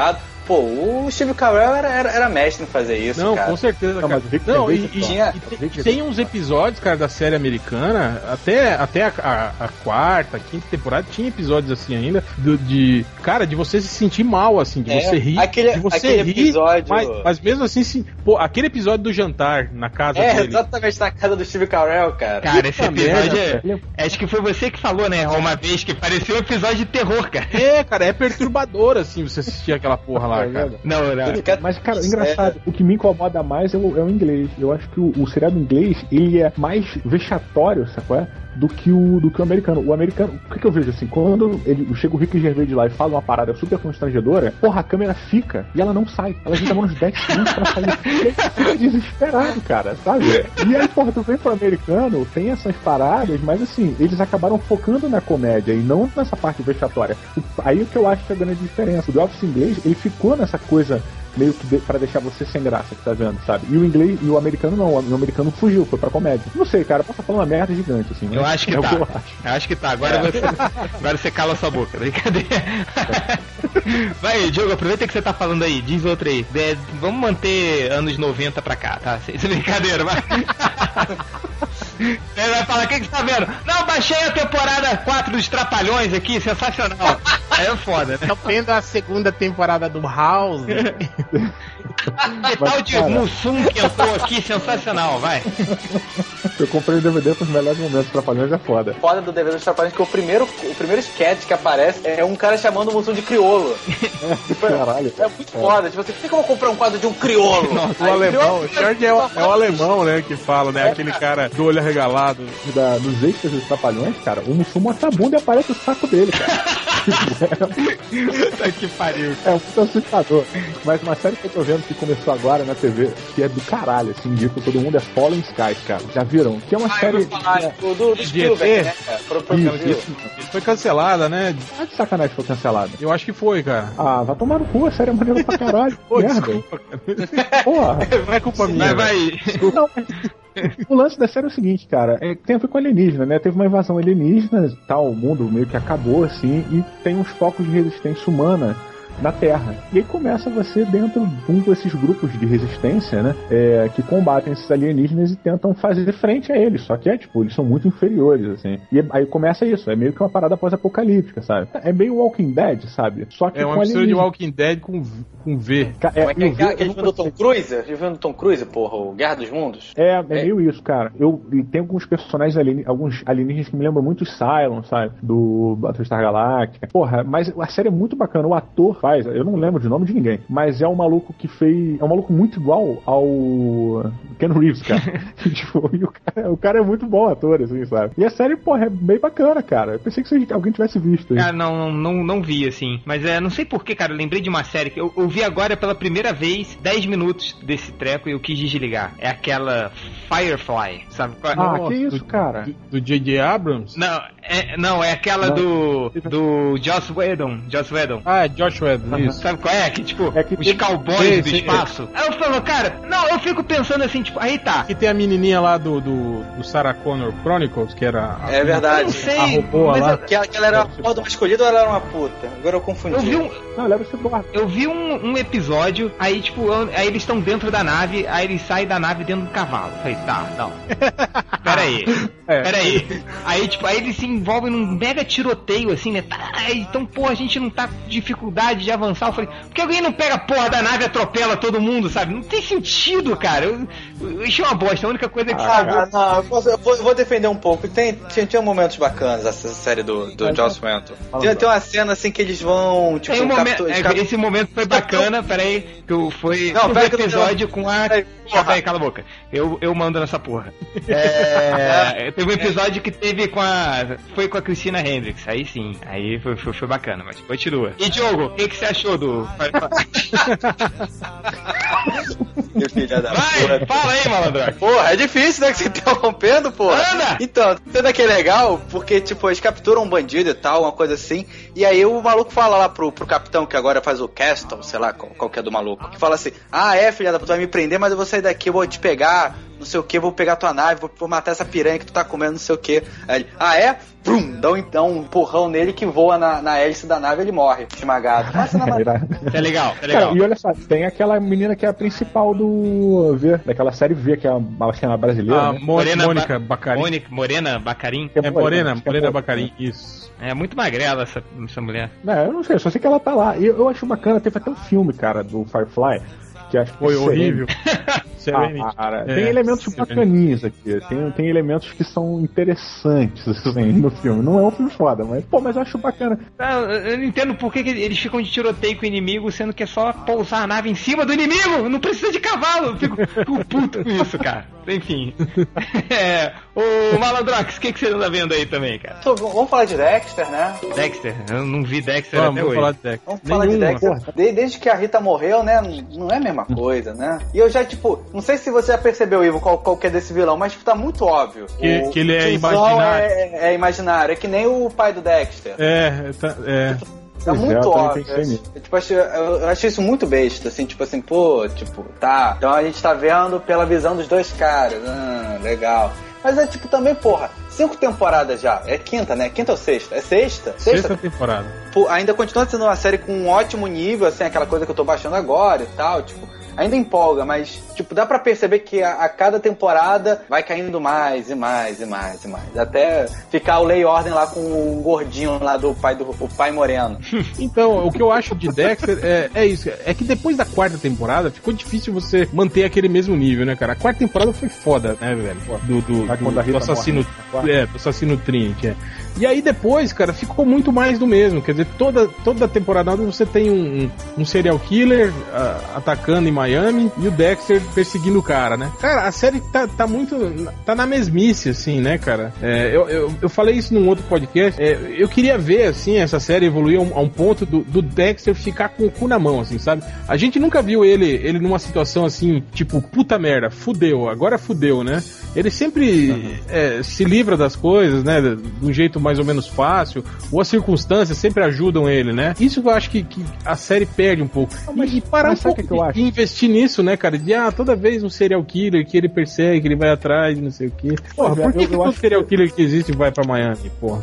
S2: pô, o Steve Carell era, era, era mestre em fazer isso,
S3: não,
S2: cara.
S3: com certeza,
S5: Não,
S3: cara.
S5: mas o Rick
S3: Não, e,
S5: Gervais
S3: e,
S2: tinha-
S3: e tem, tem uns episódios, cara, da série americana, até, até a, a, a quarta, quinta temporada, tinha episódios assim ainda, do, de, cara, de você se sentir mal, assim, de
S2: É,
S3: você rir,
S2: aquele-
S3: de você
S2: aquele
S3: rir,
S2: episódio-
S3: mas, mas mesmo assim, sim, pô, aquele episódio do jantar na casa
S2: É,
S3: dele.
S2: exatamente na casa do Steve Carell, cara.
S1: Cara, esse
S3: Puta
S1: episódio
S3: merda,
S1: é, acho que foi você que falou, né, uma vez, que parecia um episódio de terror, cara.
S3: É, cara, é perturbador, assim, você assistir aquela porra lá, cara.
S1: Não, não.
S5: Mas, cara, engraçado, o que me incomoda mais é o, é o inglês. Eu acho que o, o seriado inglês, ele é mais vexatório, sacou? É? Do que o do que o americano. O americano, o que, que eu vejo assim? Quando ele chega o Rick Gervais lá e fala uma parada super constrangedora, porra, a câmera fica e ela não sai. Ela já demora uns dez segundos pra sair. E aí fica desesperado, cara, sabe? E aí, porra, tu vem pro americano, tem essas paradas, mas assim, eles acabaram focando na comédia e não nessa parte vexatória. Aí o que eu acho que é a grande diferença. O The Office inglês, ele ficou nessa coisa meio que de, pra deixar você sem graça, que tá vendo, sabe? E o inglês e o americano não, o americano fugiu, foi pra comédia. Não sei, cara, eu posso falar uma merda gigante, assim.
S1: Eu acho que
S5: é
S1: tá.
S5: o que eu acho.
S1: Eu acho que tá. Agora, você, agora você cala sua boca. Brincadeira. Vai, Diogo, aproveita que você tá falando aí. Diz outra aí. De, vamos manter anos noventa pra cá, tá? Sem brincadeira, vai. Ele vai falar, o que, que você tá vendo? Não, baixei a temporada quatro dos Trapalhões aqui, sensacional. Aí é foda, né?
S3: Tô vendo a segunda temporada do House.
S1: Que tal de
S5: cara-
S1: Mussum que entrou aqui, sensacional, vai.
S5: Eu comprei o D V D pros melhores momentos pra fazer, é foda.
S2: Foda do D V D dos Trapalhões que o primeiro, o primeiro sketch que aparece é um cara chamando o Mussum de criolo.
S5: Caralho.
S2: É muito foda. Tipo assim, por que que eu vou comprar um quadro de um criolo?
S3: O
S2: Aí,
S3: alemão,
S2: criolo-
S3: o George é o, é o alemão, né, que fala, né? Aquele cara do olho arregalado.
S5: Da, nos extras dos Trapalhões, cara, o Mussum mostra a bunda e aparece o saco dele, cara.
S1: Puta que pariu.
S5: É muito assustador. Mas uma série que eu tô vendo que começou agora na T V, que é do caralho, assim, indico todo mundo, é Fallen Skies, cara. Já viram? Que é uma
S2: Ah, eu
S5: série.
S2: vou falar,
S5: que é-
S2: do, do, do Spielberg, né, cara? Pro, pro
S5: Isso,
S2: Brasil.
S5: isso.
S3: Foi cancelada, né?
S5: Ah, de sacanagem foi cancelada.
S3: Eu acho que foi, cara.
S5: Ah, vai tomar no cu, a série é maneira pra caralho.
S3: Pô,
S5: Merda.
S3: desculpa, cara.
S5: Porra.
S3: Não é culpa minha.
S1: Mas vai.
S5: Não, mas o lance da série é o seguinte, cara, é, tem a ver com alienígena, né? Teve uma invasão alienígena e tal, o mundo meio que acabou, assim, e tem uns focos de resistência humana na Terra. E aí começa você dentro de um desses grupos de resistência, né? É, que combatem esses alienígenas e tentam fazer frente a eles. Só que é, tipo, eles são muito inferiores, assim. E aí começa isso, é meio que uma parada pós-apocalíptica, sabe? É meio Walking Dead, sabe? Só que
S3: É uma
S5: com
S3: mistura de
S5: alienígena.
S3: Walking Dead com, com V.
S5: Ca-
S2: Como é que é
S5: eu vi-
S2: aquele
S5: eu
S2: filme do Tom Cruise? Aquele filme do Tom Cruise, porra, o Guerra dos Mundos?
S5: É, é meio isso, cara. Eu e tem alguns personagens alienígenas, alguns alienígenas que me lembram muito Cylon, sabe? Do Battlestar Galactica. Porra, mas a série é muito bacana. O ator faz, eu não lembro de nome de ninguém, mas é um maluco que fez. É um maluco muito igual ao Ken Reeves, cara. tipo, e o cara, o cara é muito bom ator, assim, sabe? E a série, porra, é bem bacana, cara. Eu pensei que se alguém tivesse visto aí.
S1: Cara, não, não, não vi, assim. Mas é, não sei porquê, cara. Eu lembrei de uma série que eu, eu vi agora pela primeira vez dez minutos desse treco e eu quis desligar. É aquela Firefly, sabe? qual é?
S5: Ah,
S3: Nossa,
S5: que isso,
S3: do-
S5: cara?
S3: Do J J Abrams?
S1: Não, é, não, é aquela
S5: Não.
S1: do. do Joss Whedon. Joss Whedon.
S3: Ah, é Josh Whedon, isso.
S1: Sabe qual é? Que tipo,
S5: É que
S1: os
S5: teve-
S1: cowboys
S3: Sei,
S1: do
S3: sei.
S1: espaço. Aí eu falo, cara, não, eu fico pensando assim, tipo, aí tá.
S3: Que tem a menininha lá do, do, do Sarah Connor Chronicles, que era... a-
S2: É
S1: Eu
S2: verdade.
S1: não sei,
S3: A robô
S1: mas
S3: lá.
S1: eu,
S2: Que ela, que ela era uma porra de uma escolhida ou ela era uma puta? Agora eu confundi.
S1: eu vi um,
S5: Não, leva esse bordo.
S1: eu vi um, um episódio, aí tipo, eu- aí eles estão dentro da nave, aí eles saem da nave dentro do cavalo. Eu falei, tá, não. Pera aí.
S3: É.
S1: Pera aí. Aí, tipo, aí eles se envolvem num mega tiroteio, assim, né? Tá, então, pô, a gente não tá com dificuldade de avançar. Eu falei, por que alguém não pega a porra da nave e atropela todo mundo, sabe? Não tem sentido, cara. Eu, eu achei uma bosta. A única coisa que
S2: Ah,
S1: salvou.
S2: cara, não, eu, posso- eu vou, eu vou defender um pouco. Tem, tinha, tinha momentos bacanas essa série do, do Joss Whedon. Tem, tem uma cena assim que eles vão, tipo,
S1: Tem um momento,
S2: captu-
S1: é,
S2: cap-
S1: esse momento foi bacana, peraí, que eu foi
S2: Não,
S1: um
S2: pera que eu tô-
S1: episódio com a.
S2: Peraí, porra.
S1: Peraí, cala a boca. Eu, eu mando nessa porra. É, teve um episódio que teve com a. Foi com a Christina Hendricks. Aí sim, aí foi, foi, foi bacana, mas continua. E Diogo, o que, que você achou do.
S2: Meu filho da
S1: Vai,
S2: porra.
S1: fala aí, malandro.
S2: Porra, é difícil, né, que você tá interrompendo, porra.
S1: Anda!
S2: Então, tudo que é legal, porque, tipo, eles capturam um bandido e tal, uma coisa assim, e aí o maluco fala lá pro, pro capitão, que agora faz o Castle, sei lá, qual, qual que é do maluco, que fala assim, ah, é, filha da puta, vai me prender, mas eu vou sair daqui, eu vou te pegar, não sei o que, vou pegar tua nave, vou, vou matar essa piranha que tu tá comendo, não sei o que. Aí ele, ah, é? Prum, dá um, dá um empurrão nele que voa na, na hélice da nave e ele morre, esmagado. Nossa, não, mas...
S1: É legal, é legal.
S5: Cara, e olha só, tem aquela menina que é a principal do V, daquela série V, que é a, acho que é a brasileira.
S3: A
S5: né?
S3: Morena Mônica ba Bacarin.
S1: Mônica, Morena Bacarin.
S3: É Morena,
S5: Morena,
S3: Morena Bacarin, isso.
S1: É muito magrela essa, essa mulher.
S5: Não, eu não sei, só sei que ela tá lá. E eu, eu acho bacana, teve até um filme, cara, do Firefly, que acho que
S3: foi horrível.
S5: Ah, cara,
S3: é,
S5: tem elementos bacaninhos aqui, tem, tem elementos que são interessantes assim, no filme. Não é um filme foda, mas pô, mas eu acho bacana.
S1: Eu não entendo por que eles ficam de tiroteio com o inimigo, sendo que é só pousar a nave em cima do inimigo, não precisa de cavalo. Eu fico, fico puto com isso, cara. Enfim. É, ô Malandrox, o que, que você anda vendo aí também, cara?
S2: Então, vamos falar de Dexter, né?
S1: Dexter, eu não vi Dexter
S3: vamos,
S1: até
S3: vamos
S1: hoje.
S3: Falar de Dexter.
S2: Vamos falar de Dexter. Desde, desde que a Rita morreu, né? Não é a mesma coisa, né? E eu já, tipo, não sei se você já percebeu, Ivo, qual, qual que é desse vilão, mas tá muito óbvio.
S3: Que,
S2: o,
S3: que ele é
S2: tiozão
S3: imaginário.
S2: É, é imaginário, é que nem o pai do Dexter.
S3: É, tá, é.
S2: Tá muito
S5: é,
S2: óbvio. Eu, tipo, achei, eu, eu achei isso muito besta, assim, tipo assim, pô, tipo, tá. Então a gente tá vendo pela visão dos dois caras. Ah, legal. Mas é tipo também, porra, cinco temporadas já. É quinta, né? Quinta ou sexta? É sexta?
S3: Sexta, sexta temporada.
S2: Pô, ainda continua sendo uma série com um ótimo nível, assim, aquela coisa que eu tô baixando agora e tal, tipo. Ainda empolga, mas, tipo, dá pra perceber que a, a cada temporada vai caindo mais e mais e mais e mais. Até ficar o Lei e Ordem lá com o gordinho lá do pai do o pai moreno.
S3: Então, o que eu acho de Dexter é, é isso. É que depois da quarta temporada ficou difícil você manter aquele mesmo nível, né, cara? A quarta temporada foi foda, né, velho? Do, do, do, do assassino. Morre, né? É, do assassino Trinity, é. E aí depois, cara, ficou muito mais do mesmo. Quer dizer, toda, toda temporada você tem um, um, um serial killer uh, atacando em Miami e o Dexter perseguindo o cara, né? Cara, a série tá, tá muito... tá na mesmice, assim, né, cara? É, eu, eu, eu falei isso num outro podcast. É, eu queria ver, assim, essa série evoluir a um, a um ponto do, do Dexter ficar com o cu na mão, assim, sabe? A gente nunca viu ele, ele numa situação assim, tipo, puta merda, fudeu, agora fudeu, né? Ele sempre uhum. é, se livra das coisas, né? De um jeito mais ou menos fácil, ou as circunstâncias sempre ajudam ele, né? Isso eu acho que, que a série perde um pouco. Não, mas, e parar um pouco que eu acho? E investir nisso, né, cara? De, ah, toda vez um serial killer que ele persegue, que ele vai atrás, não sei o quê. Porra, por que, eu, que eu todo serial killer que existe vai pra Miami, porra?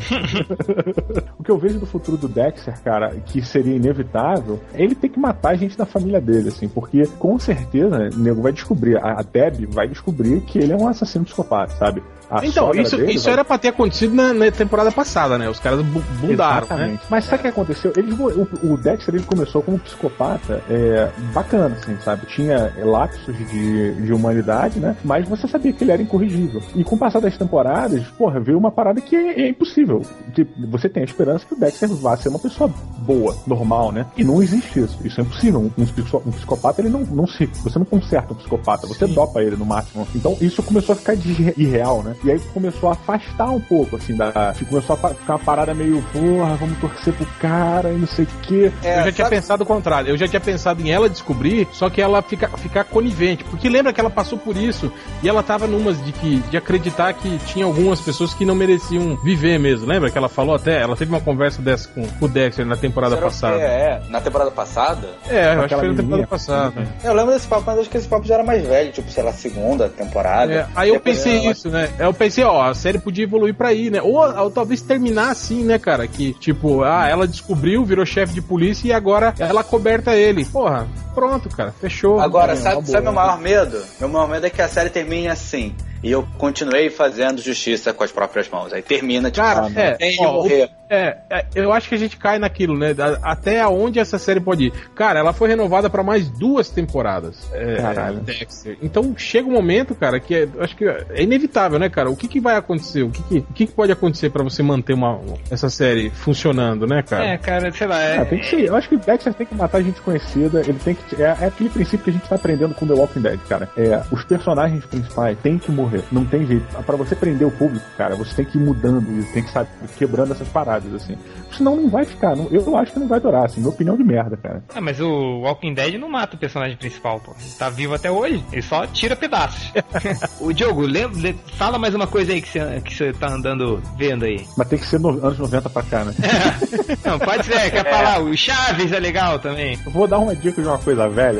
S5: O que eu vejo do futuro do Dexter, cara, que seria inevitável, é ele ter que matar a gente da família dele, assim, porque com certeza o nego vai descobrir, a Deb vai descobrir que ele é um assassino psicopata, sabe? A
S3: então, isso, dele, isso vai... era pra ter acontecido na, na temporada passada, né? Os caras bundaram,
S5: exatamente,
S3: né?
S5: Mas sabe o que aconteceu? Eles, o, o Dexter, ele começou como psicopata é, bacana, assim, sabe? Tinha lapsos de, de humanidade, né? Mas você sabia que ele era incorrigível. E com o passar das temporadas, porra, veio uma parada que é, é impossível. Você tem a esperança que o Dexter vá ser uma pessoa boa, normal, né? E não existe isso. Isso é impossível. Um, um psicopata, ele não, não se... Você não conserta um psicopata, você Sim. dopa ele no máximo. Então, isso começou a ficar de, irreal, né? E aí começou a afastar um pouco, assim, da... Começou a ficar uma parada meio, porra, vamos torcer pro cara e não sei o quê.
S3: É, eu já sabe... tinha pensado o contrário. Eu já tinha pensado em ela descobrir, só que ela fica, ficar conivente. Porque lembra que ela passou por isso e ela tava numas de, que, de acreditar que tinha algumas pessoas que não mereciam viver mesmo. Lembra que ela falou até? Ela teve uma conversa dessa com o Dexter na temporada Será passada.
S2: Que é, na temporada passada?
S3: É, eu acho que foi na temporada passada.
S2: Uhum. Eu lembro desse papo, mas acho que esse papo já era mais velho, tipo, sei lá, segunda temporada.
S3: É, aí eu pensei ela... isso, né? Eu pensei, ó, a série podia evoluir pra aí, né? Ou, ou talvez terminar assim, né, cara? Que, tipo, ah, ela descobriu, virou chefe de polícia e agora ela coberta ele. Porra, pronto, cara, fechou.
S2: Agora, sabe, sabe meu maior medo? Meu maior medo é que a série termine assim. E eu continuei fazendo justiça com as próprias mãos. Aí termina, tipo,
S3: cara, é,
S2: tem de
S3: ó,
S2: morrer.
S3: É, é, eu acho que a gente cai naquilo, né? Até onde essa série pode ir. Cara, ela foi renovada pra mais duas temporadas. É,
S5: Caralho.
S3: Dexter. Então chega um momento, cara, que é, acho que é inevitável, né, cara? O que, que vai acontecer? O que, que, o que, que pode acontecer pra você manter uma, essa série funcionando, né, cara?
S1: É, cara, sei lá. É...
S5: Ah, tem que ser. Eu acho que o Dexter tem que matar gente conhecida. Ele tem que. É, é aquele princípio que a gente tá aprendendo com The Walking Dead, cara. É, os personagens principais têm que morrer. Não tem jeito. Pra você prender o público, cara, você tem que ir mudando e tem que, sabe, quebrando essas paradas, assim. Senão não vai ficar. Não, eu acho que não vai durar, assim. Minha opinião de merda, cara.
S1: Ah, mas o Walking Dead não mata o personagem principal, pô. Ele tá vivo até hoje. Ele só tira pedaços. O Diogo, lembra, fala mais uma coisa aí que você que você tá andando vendo aí.
S5: Mas tem que ser no, anos noventa pra cá, né?
S1: É. Não, pode ser. Quer falar? O Chaves é legal também.
S5: Eu vou dar uma dica de uma coisa velha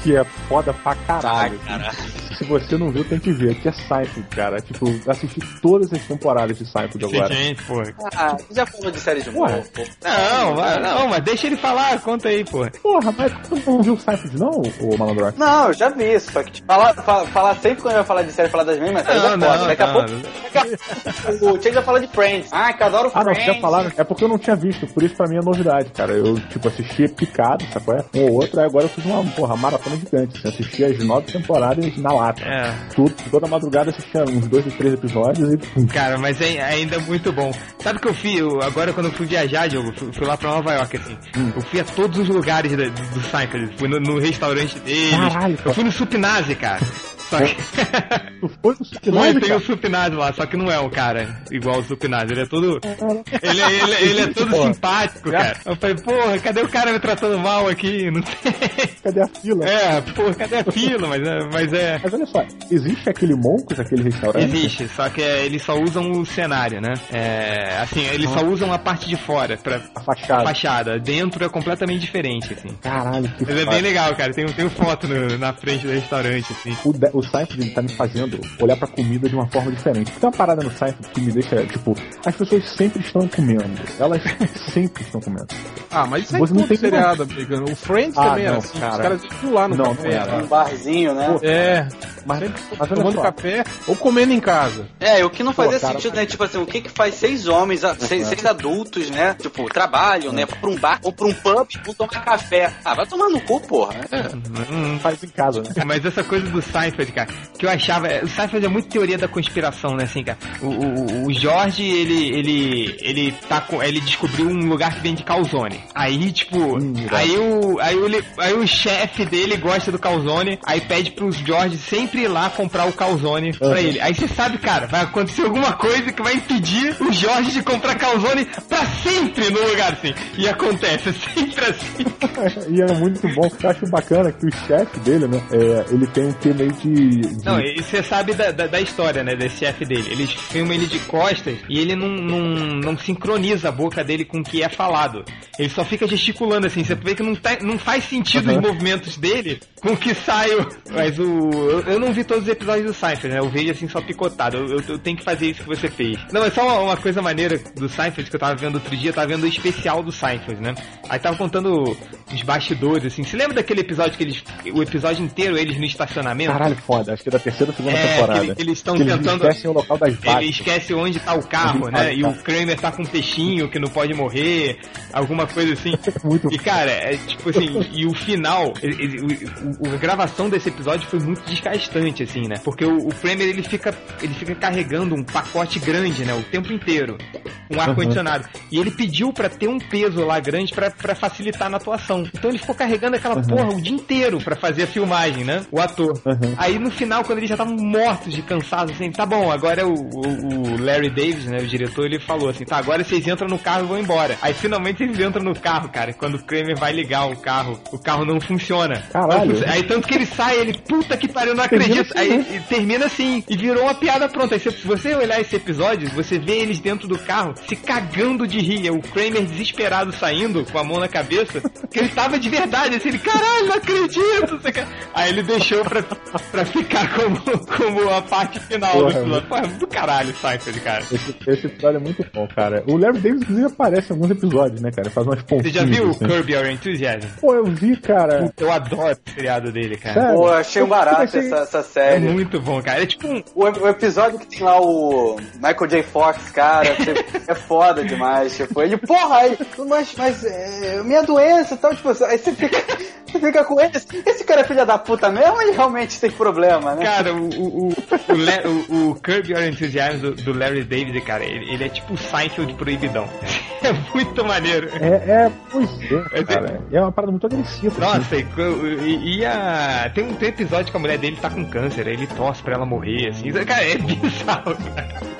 S5: que é foda pra caralho.
S2: Ah, caralho.
S5: Se você não viu, tem que ver. Que é Seinfeld, cara. Tipo, eu assisti todas as temporadas de Seinfeld agora.
S1: Gente, pô.
S2: Ah, você já falou de série de humor?
S5: Ué.
S2: Pô.
S1: Não, mas- não, mas deixa ele falar, conta aí, pô.
S5: Porra, mas tu não viu Seinfeld não, ô Malandro?
S2: Não, eu já vi isso. Só que tipo, falar, fa- falar sempre quando eu vai falar de série, falar das mesmas séries é
S1: Não,
S2: foda.
S1: não,
S2: Daqui a
S1: não.
S2: pouco. Daqui a pouco o Chase vai falar de Friends. Ah, que eu adoro
S5: Ah, não,
S2: Friends.
S5: já falaram. É porque eu não tinha visto, por isso pra mim é novidade, cara. Eu, tipo, assisti picado, sabe qual é? Um ou outro, aí agora eu fiz uma, porra, maratona gigante. Assim, assisti as nove temporadas na lata.
S1: É.
S5: Tudo, toda madrugada assistia uns dois ou três episódios e pum.
S1: Cara, mas é ainda muito bom. Sabe o que eu fiz? Eu- agora quando eu fui viajar, Diogo, fui, fui lá pra Nova York, assim.
S5: Hum.
S1: Eu fui a todos os lugares da- do Seinfeld. Fui no, no restaurante deles.
S5: Caralho,
S1: eu
S5: cara.
S1: fui no Supinase, cara. Só que...
S5: Tu foi no
S1: Fui,
S5: Supinase,
S1: tem
S5: cara?
S1: o Supinase lá, só que não é um cara igual o Supinase. Ele é todo... Ele, é- ele, é- ele é todo
S5: Porra.
S1: simpático, cara. Eu falei, porra, cadê o cara me tratando mal aqui? Não tem...
S5: Cadê a fila?
S1: É, porra, cadê a fila? Mas é... Mas é...
S5: Mas olha só, existe aquele Moncos, aquele restaurante?
S1: Existe, só que é, eles só usam o cenário, né? É, assim, eles só usam a parte de fora pra
S5: A fachada.
S1: fachada. Dentro é completamente diferente, assim.
S5: Caralho, que
S1: Mas é
S5: foda.
S1: bem legal, cara. Tem, tem foto no- na frente do restaurante, assim.
S5: O, de- o Seinfeld ele tá me fazendo olhar pra comida de uma forma diferente. Tem uma parada no Seinfeld que me deixa, tipo, as pessoas sempre estão comendo. Elas sempre estão comendo.
S3: Ah, mas isso é
S5: Você não
S3: todo
S5: tem
S3: seriado americano. O Friends
S5: Ah,
S3: também era
S5: não,
S3: assim.
S5: cara.
S3: Os caras iam lá no
S5: Não,
S3: café.
S5: não era.
S2: Um barzinho, né?
S3: É,
S5: Mas, mas olha
S3: tomando
S5: só,
S3: café ou comendo em casa.
S2: É, o que não fazia
S5: Pô, cara,
S2: sentido, né? Tipo assim, o que que faz seis homens, ah, seis, seis adultos, né? Tipo, trabalham, né? Pra um bar ou pra um pub e vão tomar café. Ah, vai tomar no cu, porra.
S1: Hum,
S5: faz em casa, né?
S1: Mas essa coisa do Seinfeld, cara, que eu achava. O Seinfeld é muito teoria da conspiração, né, assim, cara? O, o, o Jorge, ele. ele. ele tá com. Ele descobriu um lugar que vende calzone. Aí, tipo.
S5: Hum,
S1: aí o. Aí o, aí o chefe dele gosta do calzone, aí pede pros Jorge sempre ir lá comprar o calzone pra
S5: Uhum.
S1: ele. Aí você sabe, cara, vai acontecer alguma coisa que vai impedir o Jorge de comprar calzone pra sempre no lugar, assim. E acontece, é sempre assim.
S5: E é muito bom. Eu acho bacana que o chefe dele, né? é, ele tem um quê meio de. de-
S1: Não, e você sabe da, da, da história, né, desse chefe dele. Eles filmam ele de costas e ele não, não, não sincroniza a boca dele com o que é falado. Ele só fica gesticulando assim. Você vê que não, tá, não faz sentido
S5: Uhum.
S1: os movimentos dele com o que sai. o- Mas o. Eu, eu não vi todos os episódios do Seinfeld, né? Eu vejo assim só picotado. Eu, eu, eu tenho que fazer isso que você fez. Não, é só uma, uma coisa maneira do Seinfeld que eu tava vendo outro dia. Eu tava vendo o especial do Seinfeld, né? Aí tava contando os bastidores, assim. Você lembra daquele episódio que eles. O episódio inteiro eles no estacionamento?
S5: Caralho, foda. Acho que é da terceira ou segunda
S1: É,
S5: temporada.
S1: que ele- eles estão
S5: Que eles
S1: tentando-
S5: esquecem o local das vacas.
S1: Ele esquece onde tá o carro,
S5: Ele
S1: né?
S5: fala,
S1: E
S5: tá.
S1: o Kramer tá com um peixinho que não pode morrer, alguma coisa assim.
S5: Muito
S1: E cara, é tipo assim, e o final, ele- ele- o- o- a gravação desse episódio foi muito desgastante, assim, né? Porque o, o Kramer ele fica, ele fica carregando um pacote grande, né? O tempo inteiro, um ar-condicionado. E ele pediu pra ter um peso lá grande pra, pra facilitar na atuação. Então ele ficou carregando aquela porra o dia inteiro pra fazer a filmagem, né? O ator.
S5: Uhum.
S1: Aí no final, quando eles já estavam mortos de cansaço, assim, tá bom, agora o, o, o Larry Davis, né, o diretor, ele falou assim, tá, agora vocês entram no carro e vão embora. Aí finalmente eles entram no carro, cara, e quando o Kramer vai ligar o carro, o carro não funciona.
S5: Caralho.
S1: Não funciona. Aí tanto que ele sai, ele, puta que pariu, não
S5: Termina
S1: acredito.
S5: assim,
S1: Aí
S5: né?
S1: e termina assim, e virou uma piada pronta. Aí se se você olhar esse episódio, você vê eles dentro do carro, se cagando de rir. O Kramer desesperado saindo, com a mão na cabeça, que ele tava de verdade, assim, ele, caralho, não acredito. você quer-" Aí ele deixou pra, pra ficar como, como a parte final
S5: Porra,
S1: do episódio. Pô, é do caralho, Seinfeld, cara.
S5: Esse, esse episódio é muito bom, cara. O Larry Davis, inclusive, aparece em alguns episódios, né, cara? Faz umas
S1: Você
S5: pontinhas.
S1: já viu o
S5: assim.
S1: Curb Your Enthusiasm?
S5: Pô, eu vi, cara.
S1: Eu adoro o seriado dele, cara.
S5: Sério?
S2: Pô, eu achei um
S5: Eu
S2: barato
S5: comecei-
S2: essa, essa
S1: É
S2: série.
S1: muito bom, cara. É tipo um.
S2: O, o episódio que tem lá o Michael J. Fox, cara, tipo, é foda demais. Tipo, ele, porra, aí, mas, mas é, minha doença e tal, tipo, aí você fica, você fica com ele. Esse cara é filho da puta mesmo, ele realmente tem problema, né?
S1: Cara, o, o, o, o, Le- o, o Curb Your Enthusiasm do, do Larry David, cara, ele, ele é tipo o Seinfeld proibidão. É muito maneiro.
S5: É, é, pois é,
S1: É,
S5: cara. É uma parada muito agressiva. assim.
S1: Nossa, e, e- e a... tem, um, tem um episódio que a mulher dele tá com câncer, aí ele torce pra ela morrer, assim. Cara, é bizarro, cara.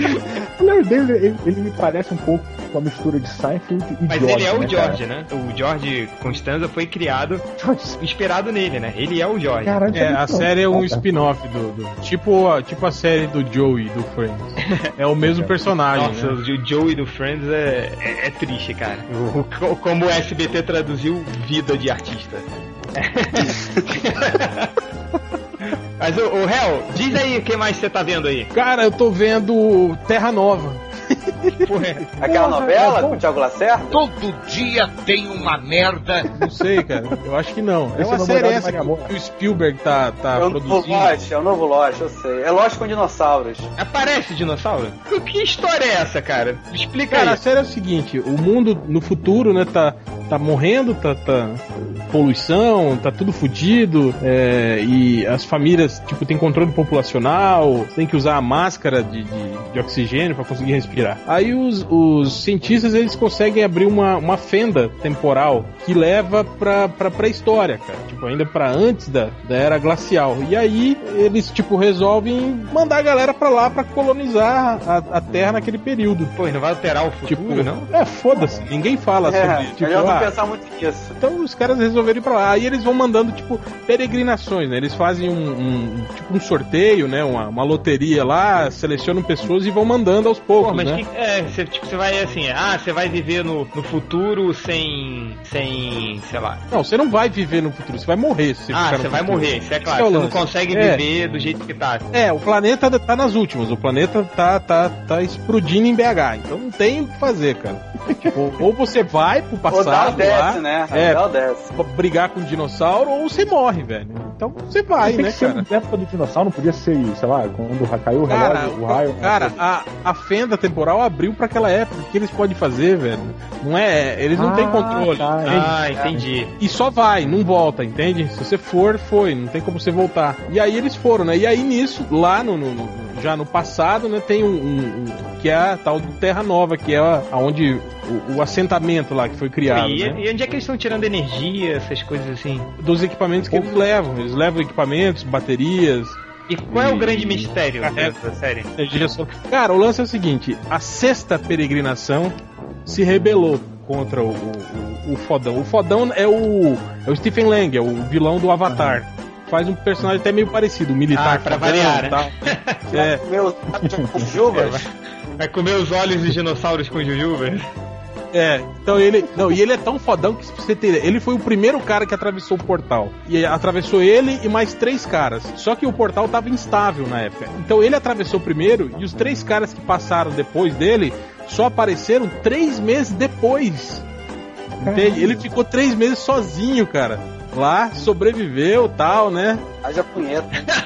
S5: O Larry David, ele, ele me parece um pouco com a mistura de Seinfeld e
S1: Mas
S5: George,
S1: ele é o
S5: né,
S1: George, né? O George Constanza foi criado
S5: cara?
S1: inspirado nele, né? Ele é o George.
S5: Caralho,
S3: É, a
S5: não.
S3: série é um
S5: Ah, tá.
S3: spin-off do, do- tipo, a- tipo a série do Joey do Friends. É o mesmo personagem,
S1: Nossa,
S3: né?
S1: o Joey do Friends é, é, é triste, cara. O- o- como o S B T traduziu vida de artista. Mas o, o Hel, diz aí o que mais você tá vendo aí.
S3: Cara, eu tô vendo Terra Nova.
S2: Aquela
S5: Porra,
S2: novela
S5: é bom.
S2: com o Thiago Lacerda?
S6: Todo dia tem uma merda.
S3: Não sei, cara. Eu acho que não. É
S5: Esse
S3: uma
S5: é o
S3: série
S5: namorado
S3: essa
S5: de Maria
S3: que o Spielberg tá, tá
S2: É o novo
S3: produzindo.
S2: Lost, é o novo Lost, eu sei. É Lost com dinossauros.
S1: Aparece dinossauro? Que, que história é essa, cara? Explica
S3: Cara, a
S1: aí.
S3: série é o seguinte, o mundo no futuro, né, tá, tá morrendo, tá, tá poluição, tá tudo fodido, é, e as famílias, tipo, tem controle populacional, tem que usar a máscara de, de, de oxigênio pra conseguir respirar. Aí os, os cientistas, eles conseguem abrir uma, uma fenda temporal que leva pra, pra pré-história, cara, tipo, ainda pra antes da, da era glacial. E aí, eles, tipo, resolvem mandar a galera pra lá pra colonizar a, a Terra naquele período.
S1: Pô, não vai alterar o futuro,
S3: Tipo,
S1: não?
S3: é, foda-se, ninguém fala sobre
S2: É,
S3: isso. Tipo,
S2: melhor não
S3: ah,
S2: pensar muito nisso.
S3: então os caras resolveram ir pra lá. Aí eles vão mandando, tipo, peregrinações, né? Eles fazem um, um tipo um sorteio, né? Uma, uma loteria lá, selecionam pessoas e vão mandando aos poucos,
S1: Pô, mas
S3: né?
S1: que, é, você, tipo, você vai assim, ah, você vai viver no, no futuro sem, sem, sei lá.
S3: Não, você não vai viver no futuro, você vai morrer. Se
S1: Ah,
S3: ficar no
S1: você vai
S3: futuro.
S1: morrer, isso é
S3: Esse
S1: claro,
S3: é o
S1: você não
S3: lance.
S1: consegue
S3: É.
S1: viver do jeito que tá.
S3: É, o planeta tá nas últimas, o planeta tá, tá, tá explodindo em B H, então não tem o que fazer, cara. Tipo, ou você vai pro
S2: Ou dá o
S3: passado
S2: desce,
S3: lá,
S2: né?
S3: é,
S2: Dá o desce.
S3: pra brigar com um dinossauro, ou você morre, velho. Então você vai,
S5: Tem
S3: né,
S5: que ser
S3: cara?
S5: na época do dinossauro, não podia ser, sei lá, quando caiu o
S3: Cara,
S5: relógio, o raio.
S3: cara a, a fenda temporal abriu pra aquela época. O que eles podem fazer, velho? Não é. Eles não
S5: Ah,
S3: têm controle.
S5: tá,
S3: entende?
S1: Ah, entendi.
S3: E só vai, não volta, entende? Se você for, foi, não tem como você voltar. E aí eles foram, né? E aí nisso, lá no, no- no- já no passado, né, tem um, um- um- que é a tal do Terra Nova, que é a, aonde o, o assentamento lá que foi criado,
S1: E,
S3: né?
S1: e onde é que eles estão tirando energia, essas coisas assim?
S3: Dos equipamentos que eles levam. Eles levam equipamentos, baterias,
S1: E qual é o
S3: E-
S1: grande mistério
S3: Carrega.
S1: dessa série?
S3: energia solar. Cara, o lance é o seguinte: a sexta peregrinação se rebelou contra o, o, o fodão. O fodão é o, é o Stephen Lang, é o vilão do Avatar. Faz um personagem até meio parecido, um militar.
S1: Ah, pra
S3: fodão
S1: variar,
S3: e
S1: né?
S3: tal. É,
S2: Meu, com jubas.
S1: Vai comer os olhos dos dinossauros com jujuba?
S3: é, então ele. Não, e ele é tão fodão que, pra você ter, ele foi o primeiro cara que atravessou o portal. E atravessou ele e mais três caras. Só que o portal tava instável na época. Então ele atravessou primeiro e os três caras que passaram depois dele só apareceram três meses depois. Entende? Ele ficou três meses sozinho, cara. Lá, sobreviveu e tal, né?
S2: Haja punheta.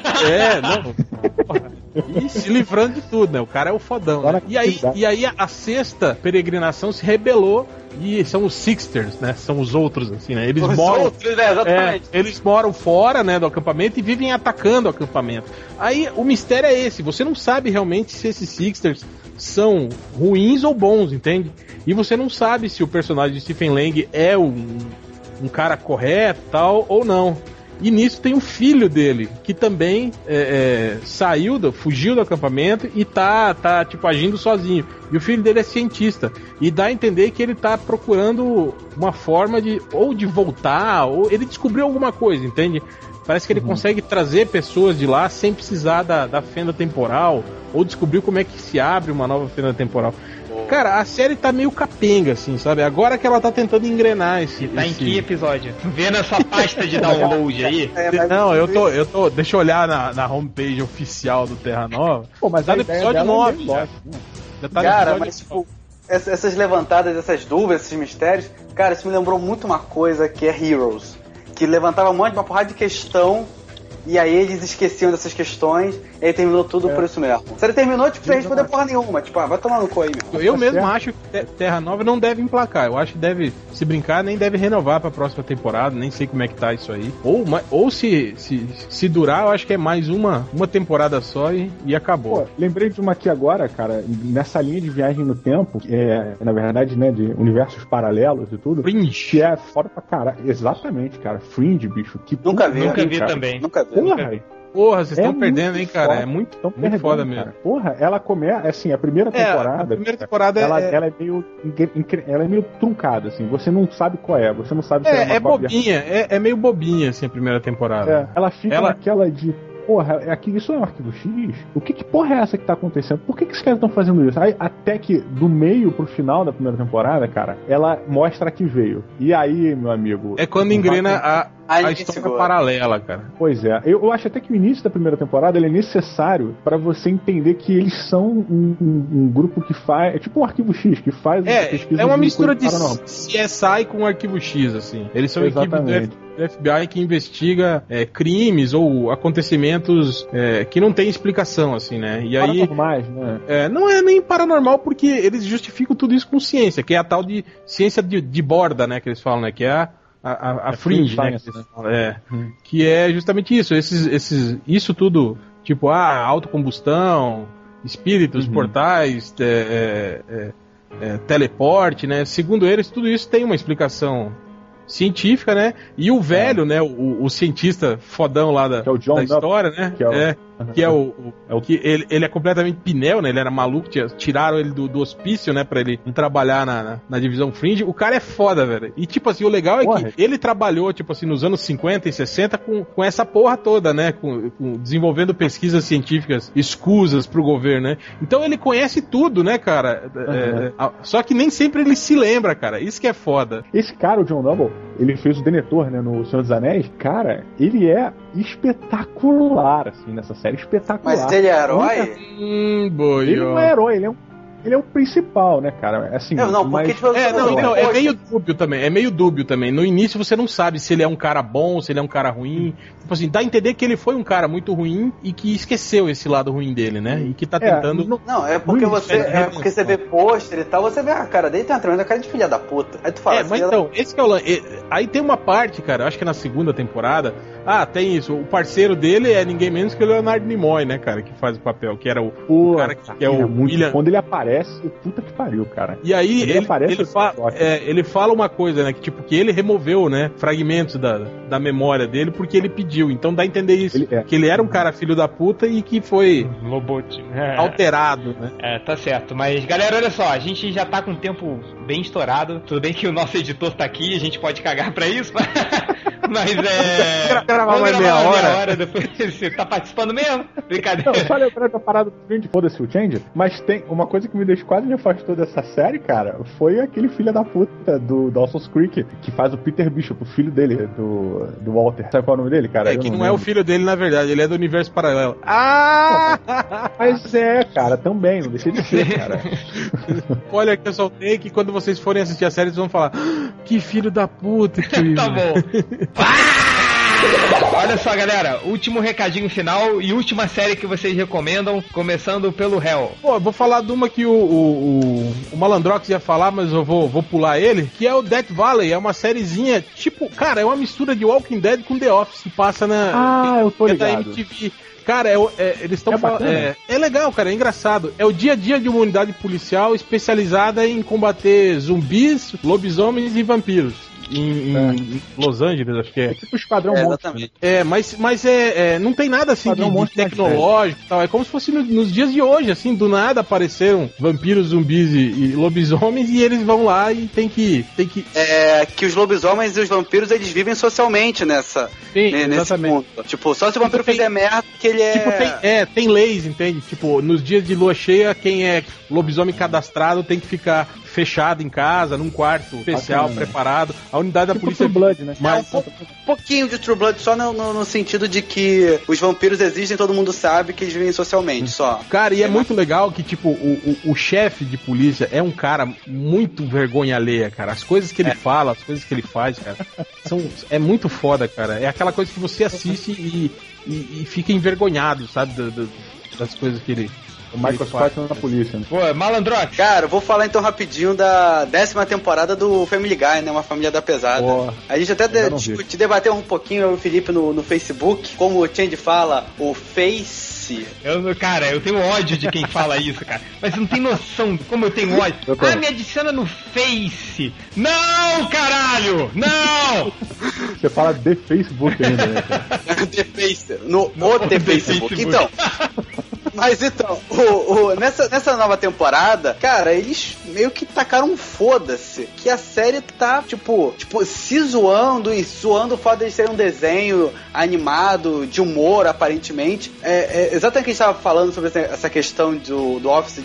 S3: É, não. Porra. E se livrando de tudo, né? O cara é o fodão, né? E aí, e aí a, a sexta peregrinação se rebelou e são os Sixters, né? São os outros, assim, né? Eles
S2: Os
S3: moram.
S2: outros, né?
S3: É,
S2: Exatamente.
S3: eles moram fora, né, do acampamento e vivem atacando o acampamento. Aí o mistério é esse: você não sabe realmente se esses Sixters são ruins ou bons, entende? E você não sabe se o personagem de Stephen Lang é um, um cara correto, tal, ou não. E nisso tem um filho dele, que também é, é, saiu, do, fugiu do acampamento e tá, tá, tipo, agindo sozinho. E o filho dele é cientista. E dá a entender que ele tá procurando uma forma de, ou de voltar, ou ele descobriu alguma coisa, entende? Parece que ele uhum. consegue trazer pessoas de lá sem precisar da, da fenda temporal, ou descobrir como é que se abre uma nova fenda temporal. Cara, a série tá meio capenga, assim, sabe? Agora que ela tá tentando engrenar esse...
S1: Tá
S3: esse...
S1: em que episódio? Vê na sua pasta de download aí.
S2: É,
S3: Não, eu tô, eu tô... Deixa eu olhar na, na homepage oficial do Terra Nova.
S5: Pô, mas
S3: tá
S5: a
S3: no
S5: ideia
S3: episódio
S5: dela é
S3: nove,
S5: bem
S3: já.
S5: lógico, né?
S3: Já tá no
S2: Cara,
S3: episódio
S2: mas tipo, essa- essas levantadas, essas dúvidas, esses mistérios, cara, isso me lembrou muito uma coisa que é Heroes, que levantava um monte de uma porrada de questão e aí eles esqueciam dessas questões e aí terminou tudo
S5: É.
S2: por isso mesmo. Se ele terminou, tipo, sem responder porra nenhuma, tipo, ah, vai tomar no cu aí, meu.
S3: Eu
S5: Tá
S3: mesmo
S5: certo.
S3: acho que Te- Terra Nova não deve emplacar. Eu acho que deve se brincar, nem deve renovar pra próxima temporada. Nem sei como é que tá isso aí. Ou, ma- ou se, se, se durar, eu acho que é mais uma, uma temporada só e, e acabou.
S5: Pô, lembrei de uma aqui agora, cara, nessa linha de viagem no tempo, é, na verdade, né, de universos paralelos e tudo,
S3: Fringe.
S5: que é foda pra caralho. Exatamente, cara. Fringe, bicho. Que
S2: Nunca
S5: puta
S2: vi,
S1: Nunca
S5: que
S1: vi
S5: cara.
S1: também.
S2: Nunca vi.
S5: Porra,
S3: Porra, vocês
S5: é
S3: estão perdendo,
S5: muito
S3: hein, cara?
S5: foda.
S3: É muito,
S5: Tão
S3: muito
S5: perdendo,
S3: foda
S5: cara.
S3: mesmo.
S5: Porra, ela começa, assim, a primeira
S3: É,
S5: temporada.
S3: a primeira temporada
S5: ela,
S3: é,
S5: ela é meio incre- incre- ela é meio truncada, assim. Você não sabe qual é. Você não sabe se é,
S3: é,
S5: uma
S3: é
S5: cópia.
S3: bobinha, é, é meio bobinha, assim, a primeira temporada.
S5: É, ela fica
S3: Ela-
S5: naquela de. Porra, é aqui, isso é um arquivo X? O que, que porra é essa que tá acontecendo? Por que, que esses caras estão fazendo isso? Aí, até que do meio pro final da primeira temporada, cara, ela mostra que veio. E aí, meu amigo.
S3: É quando
S5: o
S3: engrena
S5: Vato-
S3: a, a história segura. Paralela, cara.
S5: Pois é. Eu, eu acho até que o início da primeira temporada ele é necessário pra você entender que eles são um, um, um grupo que faz... É tipo um Arquivo X, que faz
S3: é,
S5: pesquisa
S3: É uma
S5: de
S3: mistura de C S I com um Arquivo X, assim. Eles são
S5: Exatamente.
S3: equipe do F B I que investiga é, crimes ou acontecimentos é, que não tem explicação, assim, né? E aí,
S5: Paranormais, né?
S3: É, não é nem paranormal porque eles justificam tudo isso com ciência, que é a tal de ciência de, de borda, né? Que eles falam, né? Que é a, a, a é fringe, né? Que, né? Falam, é, hum. que é justamente isso. Esses, esses, isso tudo, tipo, ah, autocombustão, espíritos, uhum. portais, é, é, é, teleporte, né? Segundo eles, tudo isso tem uma explicação científica, né? E o velho, é. né? O, o cientista fodão lá da,
S5: que é o John
S3: da história, Duff, né?
S5: Que é o...
S3: É, que é o, o, é o... que ele, ele é completamente pinel, né? Ele era maluco, tiraram ele do, do hospício, né? Pra ele trabalhar na, na, na divisão Fringe. O cara é foda, velho. E tipo assim, o legal é porra. que ele trabalhou, tipo assim, nos anos cinquenta e sessenta com, com essa porra toda, né? Com, com, desenvolvendo pesquisas científicas escusas pro governo, né? Então ele conhece tudo, né, cara? Uhum. É, só que nem sempre ele se lembra, cara. Isso que é foda.
S5: Esse cara, o John Noble, ele fez o Denethor, né? No Senhor dos Anéis. Cara, ele é espetacular, assim, nessa série. Espetacular.
S2: Mas ele é herói?
S3: Hum, boy,
S5: ele não é herói, ele é um Ele é o principal, né, cara? Assim,
S2: não, não, porque
S5: mas...
S3: é, não, então, é meio dúbio também. É meio dúbio também. No início você não sabe se ele é um cara bom, se ele é um cara ruim. Tipo assim, dá a entender que ele foi um cara muito ruim e que esqueceu esse lado ruim dele, né? E que tá tentando.
S2: É, não, é porque você. É porque você vê pôster e tal, você vê a cara dele, tem uma tremenda cara de filha da puta. Aí tu fala
S3: É,
S2: assim,
S3: mas
S2: ela...
S3: então, esse que é o lance. Aí tem uma parte, cara, acho que na segunda temporada. Ah, tem isso. O parceiro dele é ninguém menos que o Leonard Nimoy, né, cara, que faz o papel, que era o,
S5: Pô,
S3: o cara que, que é o
S5: é muito...
S3: William.
S5: Quando ele aparece, puta que pariu, cara.
S3: E aí ele, ele,
S5: aparece,
S3: ele, fa é, ele fala uma coisa, né, que tipo, que ele removeu, né, fragmentos da, da memória dele porque ele pediu. Então dá a entender isso, ele é. que ele era um cara filho da puta e que foi
S1: Lobote.
S3: É. alterado, né.
S1: É, tá certo. Mas, galera, olha só, a gente já tá com o tempo bem estourado. Tudo bem que o nosso editor tá aqui, a gente pode cagar pra isso, mas... Mas é.
S3: Gravar mais meia hora.
S1: meia hora depois. Você tá participando mesmo? Brincadeira.
S5: Não, só lembrando da parada do Change, foda-se o Change, mas tem uma coisa que me deixou quase me afastou dessa série, cara, foi aquele filho da puta do Dawson's Creek, que faz o Peter Bishop, o filho dele, do, do Walter. Sabe qual é o nome dele, cara?
S3: É, que não, não é o filho dele, na verdade, ele é do universo paralelo. Ah!
S5: Mas é, cara, também, não deixa de ser, cara.
S3: Olha que eu soltei que quando vocês forem assistir a série, vocês vão falar: que filho da puta, que.
S1: Tá bom. Olha só, galera, último recadinho final e última série que vocês recomendam, começando pelo Hell.
S3: Pô, eu vou falar de uma que o, o, o, o Malandrox ia falar, mas eu vou, vou pular ele, que é o Death Valley. É uma sériezinha, tipo, cara, é uma mistura de Walking Dead com The Office, que passa na...
S5: Ah, eu tô ligado.
S3: Da M T V. Cara, é, é, eles estão é, falando, é, é legal, cara, é engraçado. É o dia a dia de uma unidade policial especializada em combater zumbis, lobisomens e vampiros. Em, é. em Los Angeles, acho que é.
S5: É tipo o Esquadrão
S2: é,
S5: Monstro.
S2: Exatamente.
S3: É, mas, mas é, é, não tem nada assim de, de tecnológico e tal. É como se fosse no, nos dias de hoje, assim, do nada apareceram vampiros, zumbis e, e lobisomens e eles vão lá e tem que, tem que...
S2: É, que os lobisomens e os vampiros, eles vivem socialmente nessa,
S3: Sim,
S2: nesse
S3: exatamente.
S2: mundo. Tipo, só se o vampiro
S3: tem,
S2: fizer merda que ele é...
S3: Tipo, tem, é, tem leis, entende? Tipo, nos dias de lua cheia, quem é lobisomem cadastrado tem que ficar fechado em casa, num quarto especial, bacana, preparado. A unidade da
S5: tipo
S3: polícia...
S5: True Blood, né?
S2: Mas... É um, um pouquinho de True Blood, só no, no, no sentido de que os vampiros existem, todo mundo sabe que eles vivem socialmente, só.
S3: Cara, e é, é muito legal que, tipo, o, o, o chefe de polícia é um cara muito vergonha alheia, cara. As coisas que ele é. fala, as coisas que ele faz, cara, são, é muito foda, cara. É aquela coisa que você assiste e, e, e fica envergonhado, sabe, do, do, das coisas que ele...
S5: O Michael Scott na polícia. Né?
S1: Pô, Malandrox.
S2: Cara, eu vou falar então rapidinho da décima temporada do Family Guy, né? Uma família da pesada.
S5: Pô,
S2: a gente até de, discutiu, debateu um pouquinho, eu e o Felipe, no, no Facebook, como o Change fala, o Face...
S1: Eu, cara, eu tenho ódio de quem fala isso, cara. Mas não tem noção de como eu tenho ódio. Eu ah, me adiciona no Face. Não, caralho! Não!
S5: Você fala de Facebook ainda, né, cara?
S2: The Face. No, no o The Facebook. Facebook. Então... Mas então, o, o, nessa, nessa nova temporada, cara, eles meio que tacaram um foda-se. Que a série tá, tipo, tipo, se zoando e zoando o fato de ser um desenho animado, de humor, aparentemente. É, é exatamente o que a gente tava falando sobre essa questão do, do Office de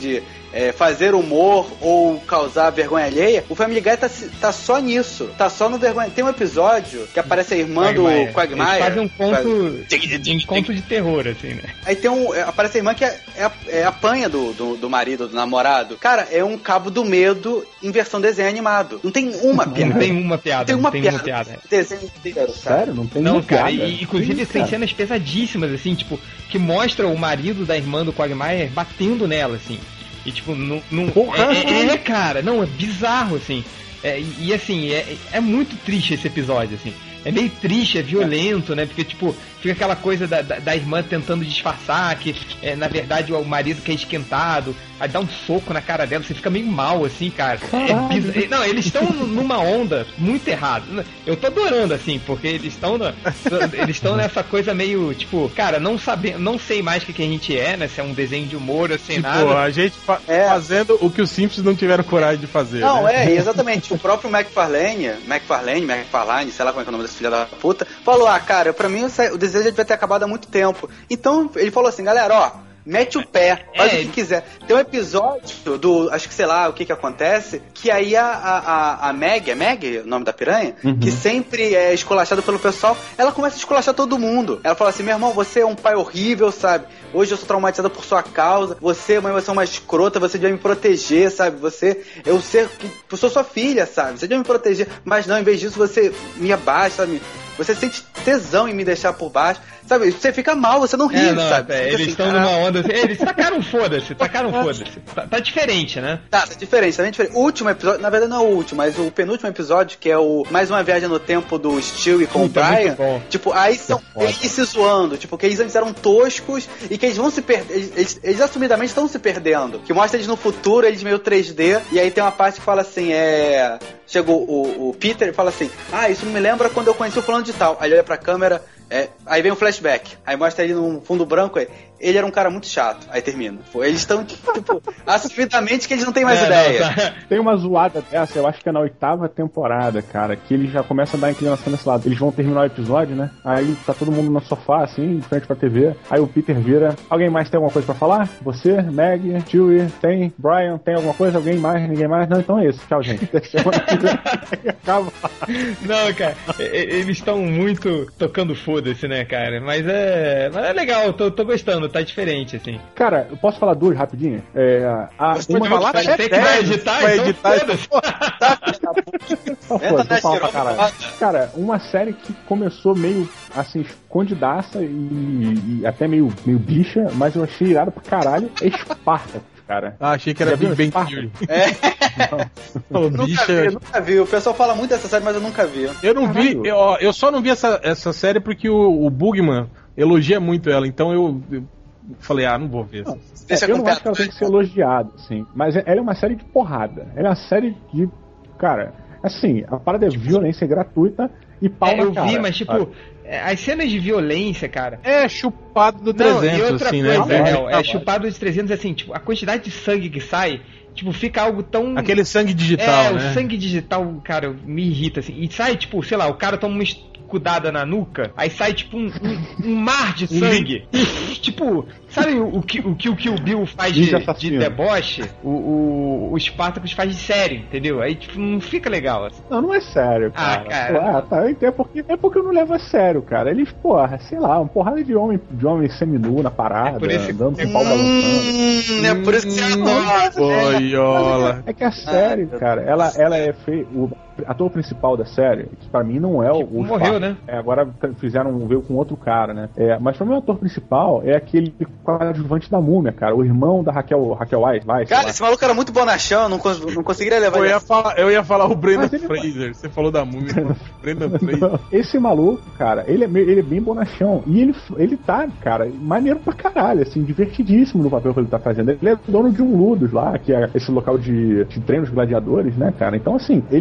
S2: é, fazer humor ou causar vergonha alheia, o Family Guy tá, tá só nisso. Tá só no vergonha. Tem um episódio que aparece a irmã do Quagmire.
S1: Eles fazem um conto, um conto de terror, assim, né?
S2: Aí tem um... Aparece a irmã que é, é, é apanha do, do, do marido, do namorado. Cara, é um Cabo do Medo em versão desenho animado. Não tem uma piada.
S1: Não tem uma piada.
S2: Não tem uma
S1: tem
S2: piada.
S1: Uma piada.
S2: Desenho inteiro,
S5: sério? Não tem
S1: não,
S5: uma
S1: cara,
S5: piada?
S1: E, inclusive tem cenas pesadíssimas, assim, tipo, que mostra o marido da irmã do Quagmire batendo nela, assim. E tipo, não... não
S5: Porra,
S1: é, é, é, cara, não, é bizarro, assim. É, e, e assim, é, é muito triste esse episódio, assim. É meio triste, é violento, né? Porque, tipo, fica aquela coisa da, da, da irmã tentando disfarçar que, é, na verdade, o marido quer esquentado. Aí dá um soco na cara dela, você fica meio mal, assim, cara. É biz... Não, eles estão numa onda muito errada. Eu tô adorando, assim, porque eles estão eles estão nessa coisa meio, tipo, cara, não sabe, não sei mais o que, que a gente é, né? Se é um desenho de humor ou sem
S3: tipo,
S1: nada.
S3: a gente fa
S2: é.
S3: fazendo o que os Simpsons não tiveram coragem de fazer.
S2: Não,
S3: né?
S2: é, exatamente. O próprio McFarlane, McFarlane, McFarlane, sei lá como é que é o nome desse filho da puta, falou, ah, cara, pra mim o desenho já devia ter acabado há muito tempo. Então, ele falou assim, galera, ó, mete o pé, faz é, o que quiser. Tem um episódio do, acho que sei lá o que que acontece, que aí a, a, a Meg, é Meg o nome da piranha? Uhum. Que sempre é esculachada pelo pessoal, ela começa a esculachar todo mundo. Ela fala assim, meu irmão, você é um pai horrível, sabe? Hoje eu sou traumatizada por sua causa. Você, mãe, você é uma escrota, você devia me proteger, sabe? Você, eu, ser, eu sou sua filha, sabe? Você devia me proteger. Mas não, em vez disso, você me abaixa, sabe? Você sente tesão em me deixar por baixo, sabe? Você fica mal, você não ri,
S1: é, não,
S2: sabe?
S1: É, eles
S2: assim,
S1: estão
S2: cara...
S1: numa onda assim, eles tacaram foda-se, tacaram foda-se. Tá, tá diferente, né?
S2: Tá, tá diferente, tá bem diferente. O último episódio, na verdade não é o último, mas o penúltimo episódio, que é o Mais Uma Viagem no Tempo do Stewie com Puta, o Brian, tipo, aí são é eles se zoando, tipo, que eles antes eram toscos e que eles vão se perder, eles, eles, eles assumidamente estão se perdendo, que mostra eles no futuro, eles meio três D, e aí tem uma parte que fala assim, é... Chegou o, o Peter e fala assim, ah, isso me lembra quando eu conheci o fulano de tal. Aí ele olha pra câmera, é, aí vem um flashback, aí mostra ele num fundo branco, aí, ele era um cara muito chato, aí termina. Pô, eles estão, tipo, assumidamente que eles não têm mais é, ideia.
S5: Não, tá. Tem uma zoada dessa, eu acho que é na oitava temporada, cara, que eles já começam a dar inclinação nesse lado. Eles vão terminar o episódio, né? Aí tá todo mundo no sofá, assim, de frente pra T V. Aí o Peter vira, alguém mais tem alguma coisa pra falar? Você, Meg, Chewie, tem? Brian, tem alguma coisa? Alguém mais? Ninguém mais? Não, então é isso. Tchau, gente.
S1: Calma. Não, cara, eles estão muito tocando foda-se, né, cara? Mas é, mas é legal, eu tô, tô gostando, tá diferente, assim.
S5: Cara, eu posso falar duas rapidinho? É, a,
S1: Você pode falar, vai ter que vai editar, vai editar, então
S5: foda-se. Cara, uma série que começou meio, assim, escondidaça e, e até meio, meio bicha, mas eu achei irado pra caralho, é Spartacus. Cara.
S3: Ah, achei que era Big Bang Theory.
S2: É. Nunca vi, eu nunca vi. O pessoal fala muito dessa série, mas eu nunca vi.
S3: Eu não Caralho. vi, eu, eu só não vi essa, essa série porque o, o Bugman elogia muito ela, então eu, eu falei, ah, não vou ver. Não,
S5: é, eu não acho que ela tem que ser elogiada, assim, mas ela é uma série de porrada. Ela é uma série de... Cara, assim, a parada é violência gratuita e pau
S1: é,
S5: na
S1: eu
S5: cara.
S1: Eu vi, mas tipo... Sabe? As cenas de violência, cara...
S3: É chupado do trezentos, não, e outra
S1: assim,
S3: coisa,
S1: né? É, é, é chupado de trezentos, assim, tipo, a quantidade de sangue que sai, tipo, fica algo tão...
S3: Aquele sangue digital,
S1: é,
S3: né?
S1: É, o sangue digital, cara, me irrita, assim. E sai, tipo, sei lá, o cara toma uma escudada na nuca, aí sai, tipo, um, um, um mar de sangue. Tipo, sabe o, o, que, o que o Kill Bill faz de, de deboche? O, o, o Spartacus faz de sério, entendeu? Aí, tipo, não fica legal, assim.
S5: Não, não é sério, cara.
S1: Ah, cara.
S5: Ah, tá, é porque, é porque eu não levo a sério, cara. Eles, porra, sei lá, uma porrada de homem, de homem seminu na parada, é por esse... dando com pau balançando.
S2: É por isso que você adora.
S3: Boiola.
S5: É que a série, cara, ela, ela é feia... O ator principal da série, que pra mim não é o... o
S1: morreu, né?
S5: É, agora fizeram um veio com outro cara, né? É, mas pra mim o ator principal é aquele coadjuvante da Múmia, cara. O irmão da Raquel, Raquel Weisz. Weisz
S2: cara, esse maluco era muito bonachão, não, cons não conseguiria levar
S3: eu
S2: ele.
S3: Ia falar, eu ia falar o Brendan Fraser. Você falou da Múmia. Brendan Fraser.
S5: Esse maluco, cara, ele é, ele é bem bonachão. E ele, ele tá, cara, maneiro pra caralho, assim, divertidíssimo no papel que ele tá fazendo. Ele é dono de um Ludus lá, que é esse local de, de treinos gladiadores, né, cara? Então, assim, ele é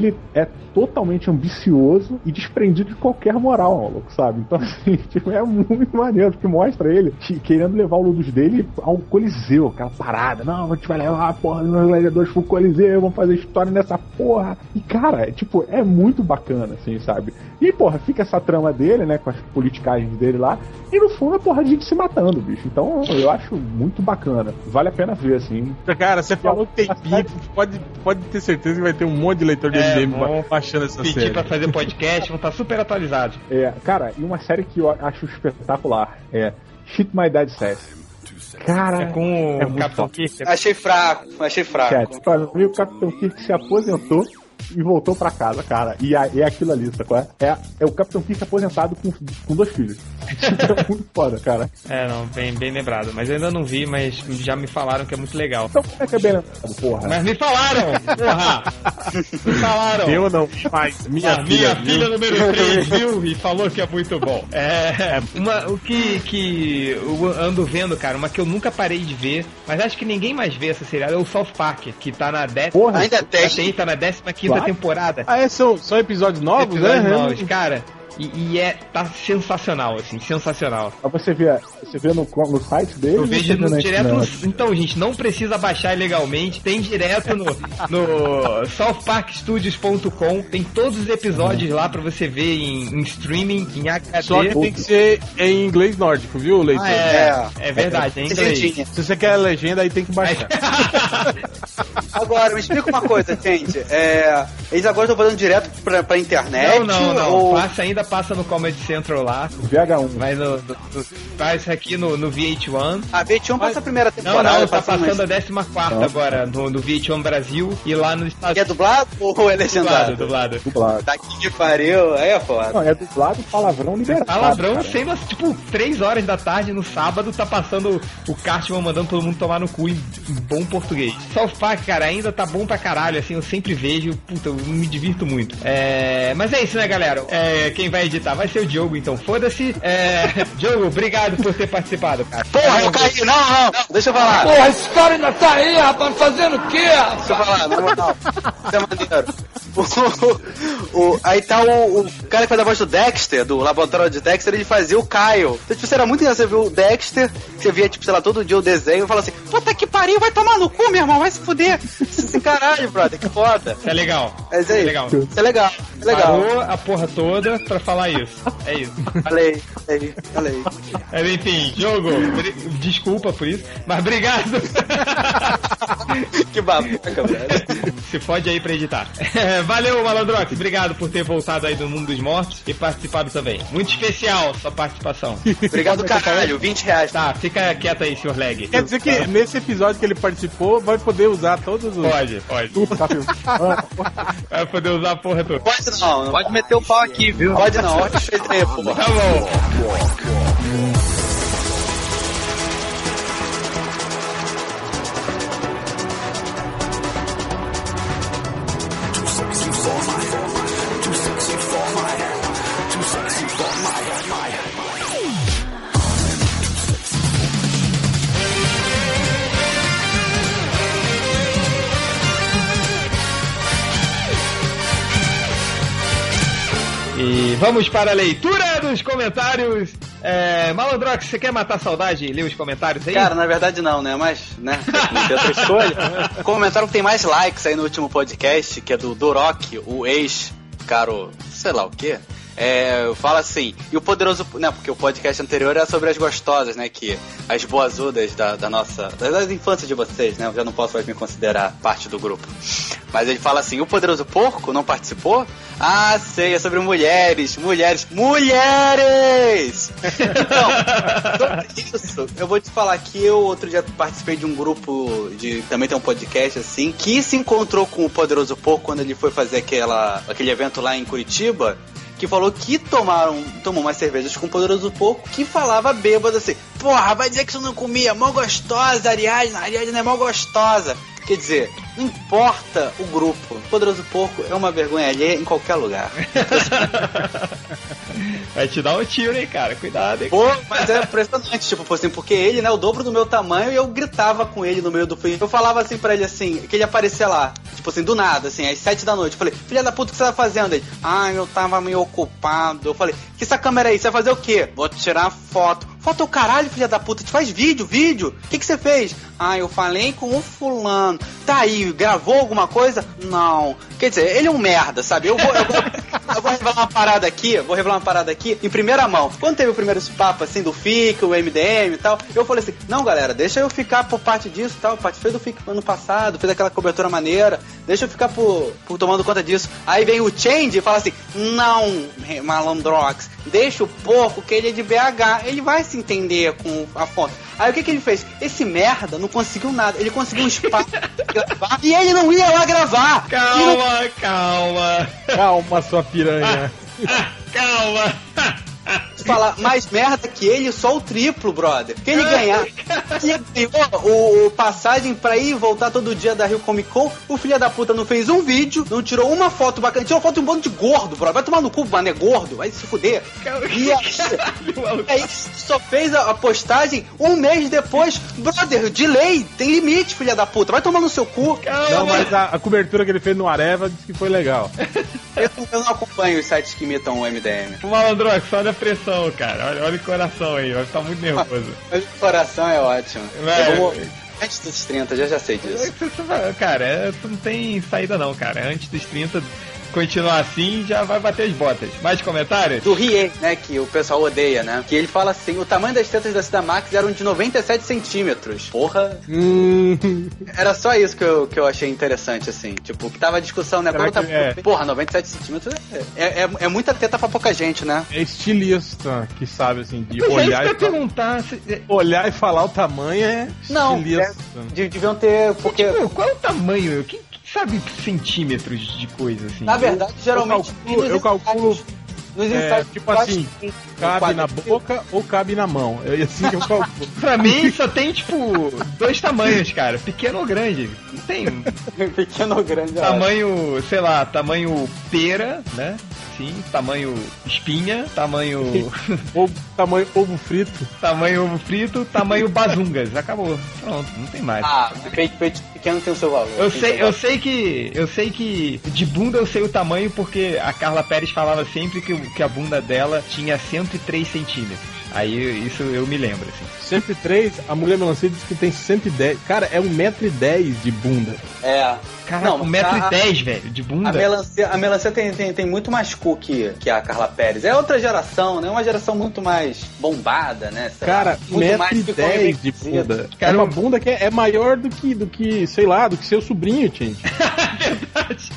S5: é totalmente ambicioso e desprendido de qualquer moral, maluco, sabe? Então, assim, tipo, é muito maneiro, porque mostra ele querendo levar o Ludus dele ao Coliseu, aquela parada. Não, a gente vai levar a porra dos meus gladiadores pro Coliseu, vamos fazer história nessa porra. E, cara, tipo, é muito bacana, assim, sabe? E, porra, fica essa trama dele, né, com as politicagens dele lá, e no fundo a porra de gente se matando, bicho. Então, eu acho muito bacana. Vale a pena ver, assim.
S3: Cara, você falou que tem pinto, pode, pode ter certeza que vai ter um monte de leitor de
S1: É,
S3: M D M
S1: vão
S3: baixando essa
S1: pedir
S3: série.
S1: pra fazer podcast, vão estar super atualizados.
S5: É, cara, e uma série que eu acho espetacular é Shit My Dad Says. Cara,
S1: É com
S5: é
S1: o
S5: muito
S1: Capitão
S5: foda.
S1: Kirk.
S2: Achei fraco, achei fraco.
S5: Chat, pra mim o Capitão Kirk se aposentou e voltou pra casa, cara. E a- é aquilo ali, sacou? É, é, é o Capitão Kirk aposentado com, com dois filhos. É muito foda, cara.
S1: É, não, bem, bem lembrado. Mas eu ainda não vi, mas já me falaram que é muito legal.
S5: Então como é que é bem lembrado, porra?
S1: Mas me falaram! Porra! Me falaram!
S3: Eu não, mas minha
S1: Ah,
S3: filha,
S1: minha filha
S3: viu?
S1: número três viu e falou que é muito bom. É, uma, o que, que eu ando vendo, cara, uma que eu nunca parei de ver, mas acho que ninguém mais vê essa seriada, é o South Park, que tá na décima,
S5: Porra,
S2: Ainda tem.
S1: tem, tá na décima quinta
S5: Claro.
S1: temporada.
S3: Ah, é, são, são episódios novos,
S1: Episódios
S3: né?
S1: novos, cara. E, e é, tá sensacional, assim, sensacional.
S5: Pra você ver, você vê no, no site dele.
S1: Eu
S5: ou
S1: vejo
S5: você vê
S1: no,
S5: na
S1: direto
S5: internet?
S1: no, então, gente, não precisa baixar ilegalmente. Tem direto no, no south park studios ponto com. Tem todos os episódios lá pra você ver em, em streaming, em H D.
S3: Só que tem que ser em inglês nórdico, viu, leitor?
S1: Ah, é, é verdade, é em inglês.
S2: Legendinha.
S3: Se você quer a legenda, aí tem que baixar.
S2: Agora, me explica uma coisa, gente. É, eles agora estão fazendo direto pra, pra internet?
S1: Não, não, não.
S2: Ou...
S1: Passa, ainda passa no Comedy Central lá.
S5: V H um.
S1: Vai no, no, no passa aqui no, no V H um.
S2: A V H um passa a primeira
S1: Não,
S2: temporada.
S1: não, tá
S2: passando
S1: passando a
S2: mais-
S1: décima quarta agora no, no V H um Brasil e lá nos Estados
S2: E é dublado ou é
S1: Dublado,
S2: legendado?
S1: dublado.
S5: Dublado.
S2: Daqui que pariu, aí é foda.
S5: Não, é dublado palavrão liberado.
S1: Palavrão
S5: cara.
S1: sendo assim, tipo, três horas da tarde no sábado, tá passando o Cartman mandando todo mundo tomar no cu em, em bom português. South Park, cara, ainda tá bom pra caralho, assim, eu sempre vejo, puta, eu me divirto muito. É, mas é isso, né, galera? É, quem vai editar vai ser o Diogo, então foda-se. É, Diogo, obrigado por ter participado, cara.
S2: Porra, eu caí. Não, não, não, deixa eu falar.
S6: Porra, esse cara ainda tá aí, rapaz, fazendo o quê, rapaz?
S2: Deixa eu falar, na moral. Isso é maneiro. O, o, aí tá o, o cara que faz a voz do Dexter, do laboratório de Dexter, ele fazia o Kyle. Então, tipo, isso era muito engraçado. Você viu o Dexter, você via, tipo, sei lá, todo dia o desenho e fala assim: puta que pariu, vai tomar no cu, meu irmão, vai se fuder. Assim, caralho, brother, que foda.
S1: Isso é legal.
S2: Mas é
S1: é
S2: isso.
S1: legal.
S2: Isso é legal. É legal.
S1: Parou a porra toda pra falar isso. É isso.
S2: Falei, falei, falei.
S1: É, enfim, Diogo, bri- desculpa por isso, mas obrigado.
S2: Que babaca, velho.
S1: Se fode aí pra editar. É, valeu, Malandrox. Obrigado por ter voltado aí do mundo dos mortos e participado também. Muito especial sua participação.
S2: Obrigado, caralho. vinte reais.
S1: Tá, fica quieto aí, senhor Leg.
S3: Quer dizer que nesse episódio que ele participou, vai poder usar todos os...
S1: Pode, pode.
S5: Tá filmando.
S1: Vai poder usar a porra toda.
S2: Pode não, não
S7: Pode meter o pau aqui, viu?
S2: pode não. Olha o feito aí, pô.
S1: Tá bom. E vamos para a leitura dos comentários. É, Malandrox, você quer matar a saudade e ler os comentários aí?
S2: Cara, na verdade não, né? Mas, né? Não tem outra escolha. Comentaram que tem mais likes aí no último podcast, que é do Dorok, o ex-caro, sei lá o quê. É, fala assim, e o poderoso, né, porque o podcast anterior era sobre as gostosas, né, que as boazudas da, da nossa, das infâncias de vocês, né, eu já não posso mais me considerar parte do grupo. Mas ele fala assim, o poderoso porco não participou? Ah, sei, é sobre mulheres, mulheres, mulheres! Então, sobre isso, eu vou te falar que eu outro dia participei de um grupo, de também tem um podcast assim, que se encontrou com o poderoso porco quando ele foi fazer aquela, aquele evento lá em Curitiba, que falou que tomaram, tomou umas cervejas com o Poderoso Porco, que falava bêbado assim, porra, vai dizer que você não comia, mó gostosa, Ariadna, Ariadna é mó gostosa. Quer dizer, não importa o grupo, o Poderoso Porco é uma vergonha alheia em qualquer lugar.
S1: Vai te dar um tiro, hein, cara? Cuidado, hein?
S2: Pô, mas é impressionante, tipo, assim, porque ele, né, o dobro do meu tamanho, e eu gritava com ele no meio do filme. Eu falava assim pra ele, assim, que ele aparecia lá, tipo assim, do nada, assim, às sete da noite. Eu falei, filha da puta, o que você tá fazendo? Ele, ah, eu tava meio ocupado. Eu falei, que essa câmera aí? Você vai fazer o quê? Vou tirar foto. Foto é o caralho, filha da puta, te faz vídeo, vídeo. O que que você fez? Ah, eu falei com o fulano. Tá aí, gravou alguma coisa? Não. Quer dizer, ele é um merda, sabe? Eu vou, eu vou, eu vou revelar uma parada aqui, vou revelar uma parada aqui em primeira mão. Quando teve o primeiro papo, assim, do F I C, o M D M e tal, eu falei assim, não, galera, deixa eu ficar por parte disso e tal. Eu participei do F I C ano passado, fiz aquela cobertura maneira, deixa eu ficar por, por tomando conta disso. Aí vem o Change e fala assim, não, malandrox, deixa o porco que ele é de B H, ele vai se entender com a fonte. Aí o que que ele fez? Esse merda não conseguiu nada. Ele conseguiu um espaço pra gravar e ele não ia lá gravar.
S1: Calma,
S2: não...
S1: calma.
S3: Calma, sua piranha.
S1: Ah, calma.
S2: Falar mais merda que ele, só o triplo, brother. Que ele ganhar, que ele ganhou o, o passagem pra ir e voltar todo dia da Rio Comic Con, o filho da puta não fez um vídeo, não tirou uma foto bacana, tirou foto de um bando de gordo, brother. Vai tomar no cu, mané gordo, vai se fuder. E aí, aí só fez a, a postagem um mês depois, brother, delay, tem limite, filha da puta, vai tomar no seu cu.
S3: Não, mas a, a cobertura que ele fez no Areva disse que foi legal.
S2: Eu, eu não acompanho os sites que imitam o M D M.
S1: O malandro, só da pressão, cara. Olha, olha o coração aí, vai ficar muito nervoso.
S2: Mas o coração é ótimo.
S1: É,
S2: eu vou... Antes dos trinta, já já sei disso.
S1: Cara, é, tu não tem saída não, cara. Antes dos trinta, continuar assim, já vai bater as botas. Mais comentários?
S2: Do Rie, né, que o pessoal odeia, né? Que ele fala assim, o tamanho das tetas da Cida Max eram de noventa e sete centímetros. Porra.
S3: Hum.
S2: Era só isso que eu, que eu achei interessante, assim. Tipo, que tava a discussão, né? Quando tava... é? Porra, noventa e sete centímetros é, é, é muita teta pra pouca gente, né?
S3: É estilista que sabe, assim, de
S1: Mas
S3: olhar
S1: é
S3: e
S1: falar... perguntar se...
S3: olhar e falar o tamanho é
S2: Não,
S3: estilista.
S2: É, deviam ter... Porque...
S1: Tipo, qual é o tamanho? Quem, quem sabe centímetros de coisa, assim?
S2: Na verdade, geralmente...
S3: Eu calculo... Eu calculo
S2: nos
S3: é, tipo assim, cabe na boca ou cabe na mão. É assim que eu calculo.
S1: Pra mim só tem, tipo, dois tamanhos, cara. Pequeno ou grande. Não tem.
S2: Pequeno ou grande.
S1: Tamanho, sei lá, tamanho pera, né? Sim, tamanho espinha, tamanho...
S3: Ovo, tamanho ovo frito.
S1: Tamanho ovo frito, tamanho bazungas. Acabou. Pronto, não tem mais.
S2: Ah, peito, peito pequeno tem o seu valor.
S1: Eu sei, eu sei que. Eu sei que de bunda eu sei o tamanho porque a Carla Pérez falava sempre que, que a bunda dela tinha cento e três centímetros. Aí isso eu me lembro, assim.
S3: cento e três, a mulher melancia diz que tem cento e dez. Cara, é um metro e dez de bunda.
S2: É.
S1: Caraca, um metro e dez, velho, de bunda.
S2: A melancia, a melancia tem, tem, tem muito mais cu que, que a Carla Pérez. É outra geração, né? Uma geração muito mais bombada, né? Sei
S3: cara, um metro e dez de bunda. Cara, é uma bunda que é, é maior do que, do que, sei lá, do que seu sobrinho, gente.
S1: Verdade.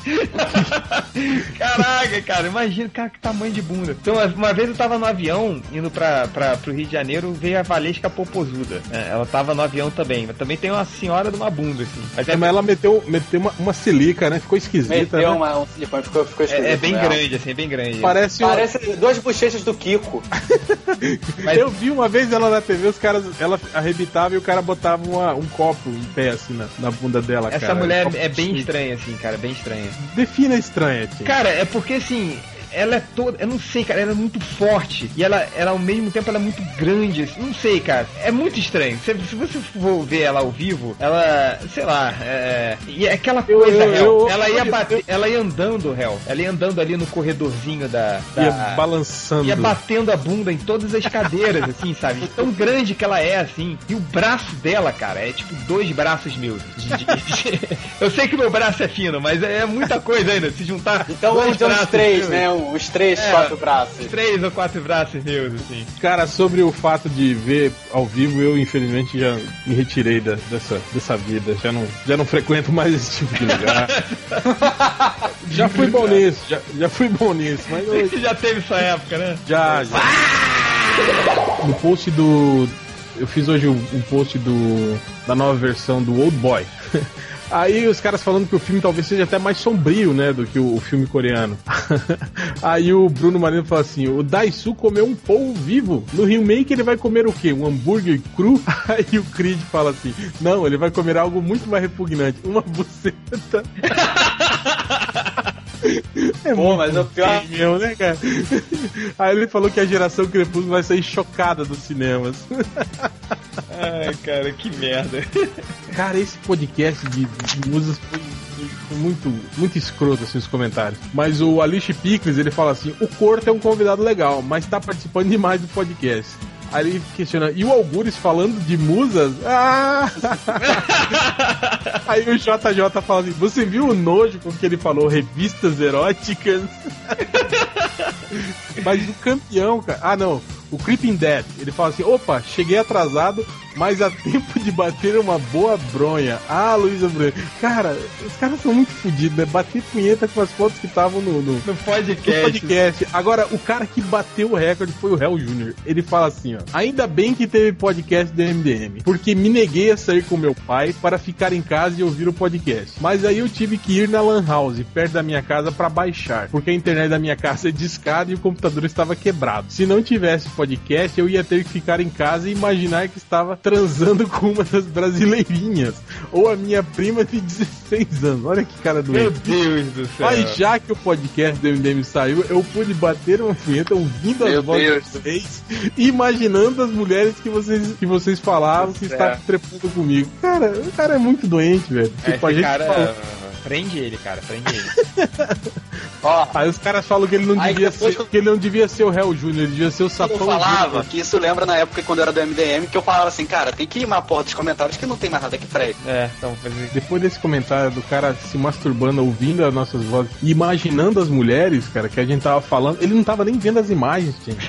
S1: Caraca, cara, imagina, cara, que tamanho de bunda. Então, uma vez eu tava no avião, indo pra, pra, pro Rio de Janeiro, veio a Valesca Popozuda. É, ela tava no avião também, mas também tem uma senhora de uma bunda, assim.
S3: Mas, é, mas ela meteu, meteu uma, uma silica, né? Ficou esquisita,
S2: meteu
S3: né?
S2: uma, um silicone, ficou, ficou esquisito.
S1: É, é bem
S2: né?
S1: grande, assim, é bem grande.
S3: Parece,
S2: Parece um... duas bochechas do Kiko.
S3: Mas... Eu vi uma vez ela na T V, os caras, ela arrebitava e o cara botava uma, um copo em pé, assim, na, na bunda dela,
S1: Essa
S3: cara.
S1: mulher
S3: um
S1: é bem estranha, assim, cara, bem estranha.
S3: Defina estranha, tio.
S1: Cara, é porque, assim... Ela é toda, eu não sei, cara, ela é muito forte e ela, ela ao mesmo tempo ela é muito grande, assim, não sei, cara, é muito estranho. Se, se você for ver ela ao vivo, ela, sei lá, é, e é aquela coisa,
S3: eu, eu, eu,
S1: ela ia
S3: eu,
S1: bater,
S3: eu,
S1: ela ia andando, Hel, ela ia andando ali no corredorzinho da, da
S3: ia balançando,
S1: ia batendo a bunda em todas as cadeiras, assim, sabe? Tão grande que ela é, assim, e o braço dela, cara, é tipo dois braços meus. De, de, de, eu sei que meu braço é fino, mas é muita coisa ainda, se juntar
S2: então
S1: dois
S2: vamos uns três,
S1: meus,
S2: né? Os três, é, quatro braços.
S1: Três ou quatro braços meus, assim.
S3: Cara, sobre o fato de ver ao vivo, eu infelizmente já me retirei da, dessa, dessa vida. Já não, já não frequento mais esse tipo de lugar. Já fui bom nisso, já, já fui bom nisso. Mas eu...
S1: já teve sua época, né?
S3: Já, já. No post do... Eu fiz hoje um, um post do da nova versão do Old Boy. Aí os caras falando que o filme talvez seja até mais sombrio, né, do que o, o filme coreano. Aí o Bruno Marino fala assim, o Daisu comeu um polvo vivo. No remake ele vai comer o quê? Um hambúrguer cru? Aí o Creed fala assim, não, ele vai comer algo muito mais repugnante. Uma buceta. É
S2: Pô, mas o pior...
S3: mesmo, né, cara? Aí ele falou que a geração Crepúsculo vai sair chocada dos cinemas.
S1: Ai, cara, que merda.
S3: Cara, esse podcast de, de músicas foi, foi muito, muito escroto, assim, os comentários. Mas o Alice Pickles, ele fala assim, o Corto é um convidado legal, mas tá participando demais do podcast. Aí ele questiona, e o Algures falando de musas? Ah! Aí o J J fala assim, você viu o nojo com que ele falou revistas eróticas? Mas o campeão, cara... Ah, não. O Creeping Dead, ele fala assim, opa, cheguei atrasado, mas há tempo de bater uma boa bronha. Ah, Luísa Branco. Cara, os caras são muito fodidos, né? Bater punheta com as fotos que estavam no, no,
S1: no, podcast.
S3: no podcast. Agora, o cara que bateu o recorde foi o Hell Júnior Ele fala assim, ó, ainda bem que teve podcast do M D M, porque me neguei a sair com meu pai para ficar em casa e ouvir o podcast. Mas aí eu tive que ir na Lan House, perto da minha casa, para baixar, porque a internet da minha casa é discada e o computador estava quebrado. Se não tivesse podcast, eu ia ter que ficar em casa e imaginar que estava transando com uma das brasileirinhas, ou a minha prima de dezesseis anos. Olha que cara doente.
S1: Meu Deus do céu.
S3: Mas já que o podcast do M D M saiu, eu pude bater uma punheta ouvindo as vozes de vocês e imaginando as mulheres que vocês, que vocês falavam que estavam trepando comigo. Cara, o cara é muito doente, velho.
S1: É,
S3: tipo, a
S1: esse
S3: gente
S1: cara...
S3: fala...
S1: Prende ele, cara, prende ele.
S2: Ó,
S3: aí os caras falam que ele não
S2: aí
S3: devia ser,
S2: que...
S3: que ele não devia ser o Hell Júnior, ele devia ser o Sapão.
S2: Eu falava
S3: Júnior.
S2: que isso lembra na época quando eu era do M D M, que eu falava assim, cara, tem que ir na porta dos comentários que não tem mais nada aqui pra ele.
S1: É, então fazer.
S3: Depois desse comentário do cara se masturbando, ouvindo as nossas vozes e imaginando as mulheres, cara, que a gente tava falando, ele não tava nem vendo as imagens, gente.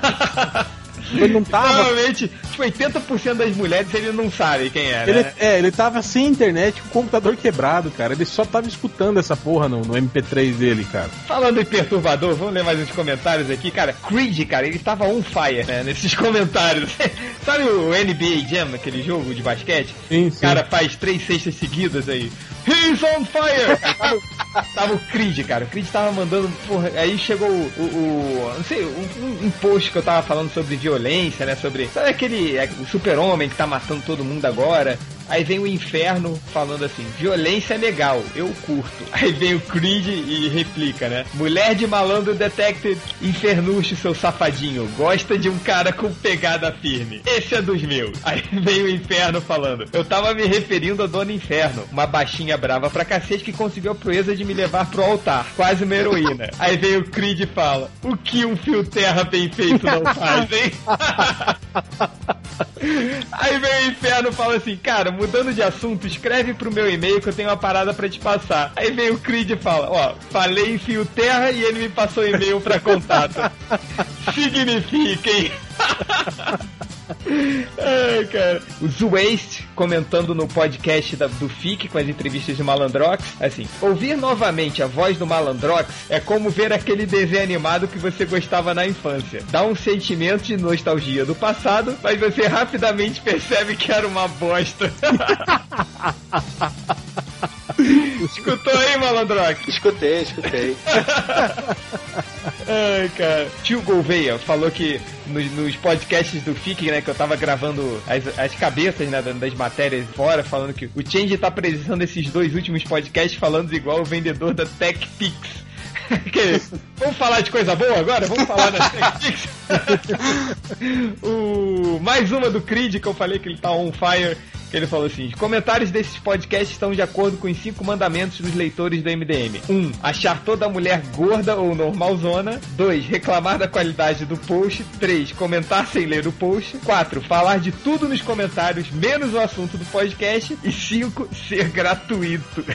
S3: Ele não tava.
S1: Provavelmente, tipo, oitenta por cento das mulheres ele não sabe quem é,
S3: ele,
S1: né?
S3: É, ele tava sem internet, com o computador quebrado, cara. Ele só tava escutando essa porra no, no M P três dele, cara.
S1: Falando em perturbador, vamos ler mais uns comentários aqui, cara. Creed, cara, ele tava on fire, né, nesses comentários. Sabe o N B A Jam, aquele jogo de basquete?
S3: Sim, sim.
S1: Cara, faz três cestas seguidas aí. He's on fire! Tava, tava o Creed, cara. O Creed tava mandando, porra, aí chegou o, o, o não sei, um, um post que eu tava falando sobre violência, né, sobre, sabe aquele, é, o super-homem que tá matando todo mundo agora? Aí vem o Inferno falando assim, violência é legal, eu curto. Aí vem o Creed e replica, né? Mulher de malandro detected, infernucho, seu safadinho, gosta de um cara com pegada firme. Esse é dos meus. Aí vem o Inferno falando, eu tava me referindo a Dona Inferno, uma baixinha brava pra cacete que conseguiu a proeza de me levar pro altar, quase uma heroína. Aí vem o Creed e fala, o que um fio terra bem feito não faz, hein? Aí vem o Inferno e fala assim, cara, mudando de assunto, escreve pro meu e-mail que eu tenho uma parada pra te passar. Aí vem o Creed e fala, ó, falei em fio terra e ele me passou e-mail pra contato. Signifiquem. Ai, cara. O Zwaste comentando no podcast da, do F I C com as entrevistas de Malandrox, assim, ouvir novamente a voz do Malandrox é como ver aquele desenho animado que você gostava na infância. Dá um sentimento de nostalgia do passado, mas você rapidamente percebe que era uma bosta. Escutou aí, Malandrox?
S2: Escutei, escutei.
S1: Ai, cara. Tio Gouveia falou que nos, nos podcasts do F I C, né, que eu tava gravando as, as cabeças, né, das matérias fora, falando que o Change tá apresentando esses dois últimos podcasts falando igual o vendedor da TechPix. Que, vamos falar de coisa boa agora? Vamos falar da TechPix. O, mais uma do Creed, que eu falei que ele tá on fire. Ele falou assim, os comentários desses podcasts estão de acordo com os cinco mandamentos dos leitores do M D M. um. Achar toda mulher gorda ou normalzona. dois. Reclamar da qualidade do post. três. Comentar sem ler o post. quatro. Falar de tudo nos comentários, menos o assunto do podcast. E cinco. Ser gratuito.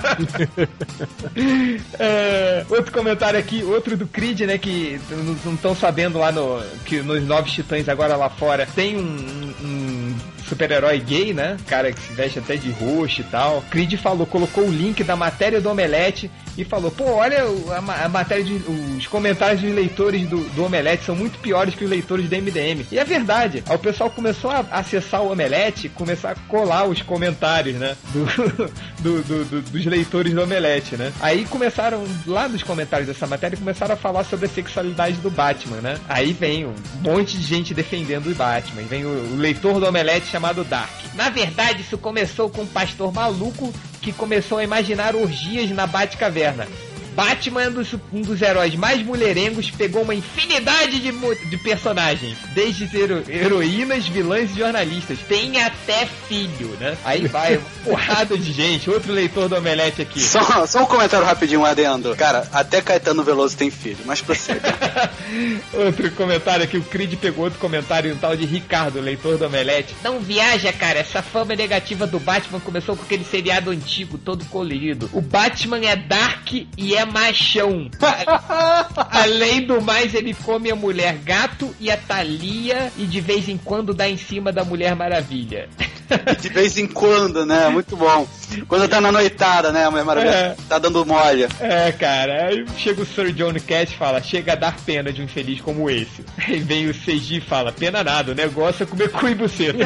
S1: É, outro comentário aqui, outro do Creed, né, que não estão sabendo lá no, que nos Novos Titãs agora lá fora tem um, um super-herói gay, né? Cara que se veste até de roxo e tal. Creed falou, colocou o link da matéria do Omelete e falou, pô, olha a, a matéria de, os comentários dos leitores do, do Omelete são muito piores que os leitores do M D M. E é verdade. Aí o pessoal começou a acessar o Omelete, começar a colar os comentários, né? Do, do, do, do, dos leitores do Omelete, né? Aí começaram, lá nos comentários dessa matéria, começaram a falar sobre a sexualidade do Batman, né? Aí vem um monte de gente defendendo o Batman. Vem o, o leitor do Omelete chamado Dark. Na verdade, isso começou com um pastor maluco que começou a imaginar orgias na Batcaverna. Batman é um dos, um dos heróis mais mulherengos, pegou uma infinidade de, de personagens, desde hero, heroínas, vilãs e jornalistas. Tem até filho, né? Aí vai, uma porrada de gente. Outro leitor do Omelete aqui.
S2: Só, só um comentário rapidinho, um adendo. Cara, até Caetano Veloso tem filho, mas prossiga.
S1: Outro comentário aqui, o Creed pegou outro comentário, um tal de Ricardo, leitor do Omelete. Não viaja, cara, essa fama negativa do Batman começou com aquele seriado antigo, todo colorido. O Batman é dark e é machão. Além do mais, ele come a mulher gato e a Thalia e de vez em quando dá em cima da Mulher Maravilha.
S2: De vez em quando, né? Muito bom. Quando tá na noitada, né? A Mulher Maravilha é. tá dando molha.
S1: É, cara. Aí chega o Sir John Cash e fala, chega a dar pena de um infeliz como esse. Aí vem o C G e fala, pena nada, o negócio é comer cu e buceta.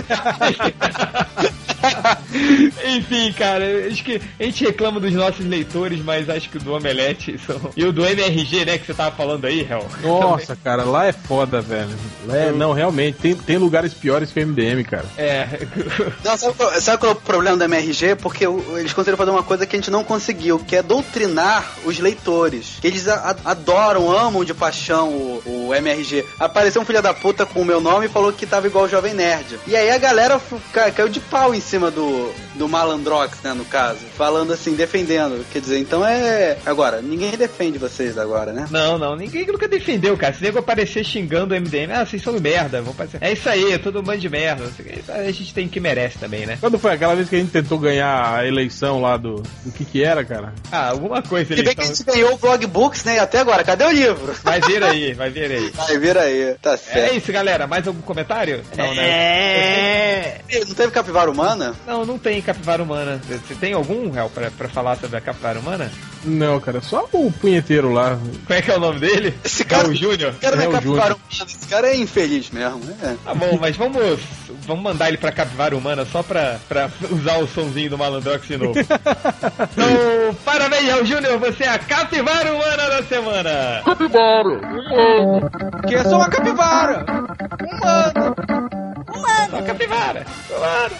S1: Enfim, cara, acho que a gente reclama dos nossos leitores, mas acho que o do Omelete são... E o do M R G, né, que você tava falando aí, Hel.
S3: Nossa, cara, lá é foda, velho. Lá é... Não, realmente, tem, tem lugares piores que o M D M, cara.
S1: É.
S2: Não, sabe, qual, sabe qual é o problema do M R G? Porque eles conseguiram fazer uma coisa que a gente não conseguiu, que é doutrinar os leitores. Eles a, adoram, amam de paixão o, o M R G. Apareceu um filho da puta com o meu nome e falou que tava igual o Jovem Nerd. E aí a galera ca, caiu de pau em cima do, do Malandrox, né, no caso. Falando assim, defendendo. Quer dizer, então é... Agora, ninguém defende vocês agora, né?
S1: Não, não, ninguém nunca defendeu, cara. Se nego aparecer xingando o M D M, ah, vocês são merda, vão parecer... É isso aí, é todo um bando de merda. A gente tem que merece também, né?
S3: Quando foi aquela vez que a gente tentou ganhar a eleição lá do... O que que era, cara?
S1: Ah, alguma coisa.
S2: Se bem que a gente ganhou o Blog Books, né? Até agora, cadê o livro?
S1: Vai vir aí, vai vir aí.
S2: Vai vir aí, tá certo.
S1: É isso, galera. Mais algum comentário? Não, né?
S2: É... Não teve capivara humana?
S1: Não, não tem capivara humana. Você tem algum, Hel, pra, pra falar sobre a capivara humana?
S3: Não, cara, só o punheteiro lá.
S1: Como é que é o nome dele?
S2: Esse cara,
S1: é o Júnior?
S2: Esse cara não é, é capivara humana, esse cara é infeliz mesmo, né?
S1: Tá bom, mas vamos, vamos mandar ele pra capivara humana só pra, pra usar o sonzinho do Malandrox de novo. Então, parabéns, Raul Júnior, você é a capivara humana da semana!
S6: Capivara! Humana!
S2: Que é só uma capivara! Humana!
S1: Humana! Só capivara! Humana!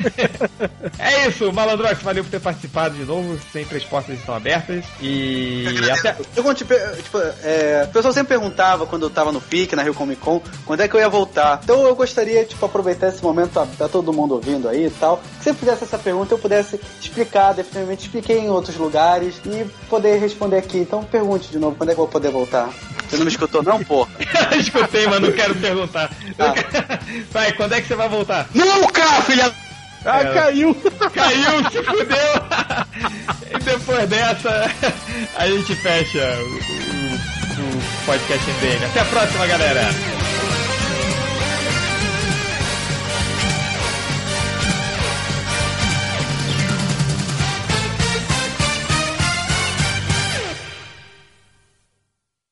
S1: É isso, Malandrox, valeu por ter participado de novo. Sempre as portas estão abertas. E até.
S2: Eu, tipo, tipo, é, o pessoal sempre perguntava quando eu tava no F I C, na Rio Comic Con, quando é que eu ia voltar. Então eu gostaria, tipo, aproveitar esse momento pra, pra todo mundo ouvindo aí e tal. Que se eu fizesse essa pergunta, eu pudesse explicar, definitivamente expliquei em outros lugares e poder responder aqui. Então pergunte de novo, quando é que eu vou poder voltar? Você não me escutou, não, porra?
S1: Escutei, mas não quero perguntar. Ah. Vai, quando é que você vai voltar?
S2: Nunca, filha!
S3: Ah, é. caiu!
S1: Caiu, se fudeu! E depois dessa, a gente fecha o, o, o podcast M D M. Até a próxima, galera!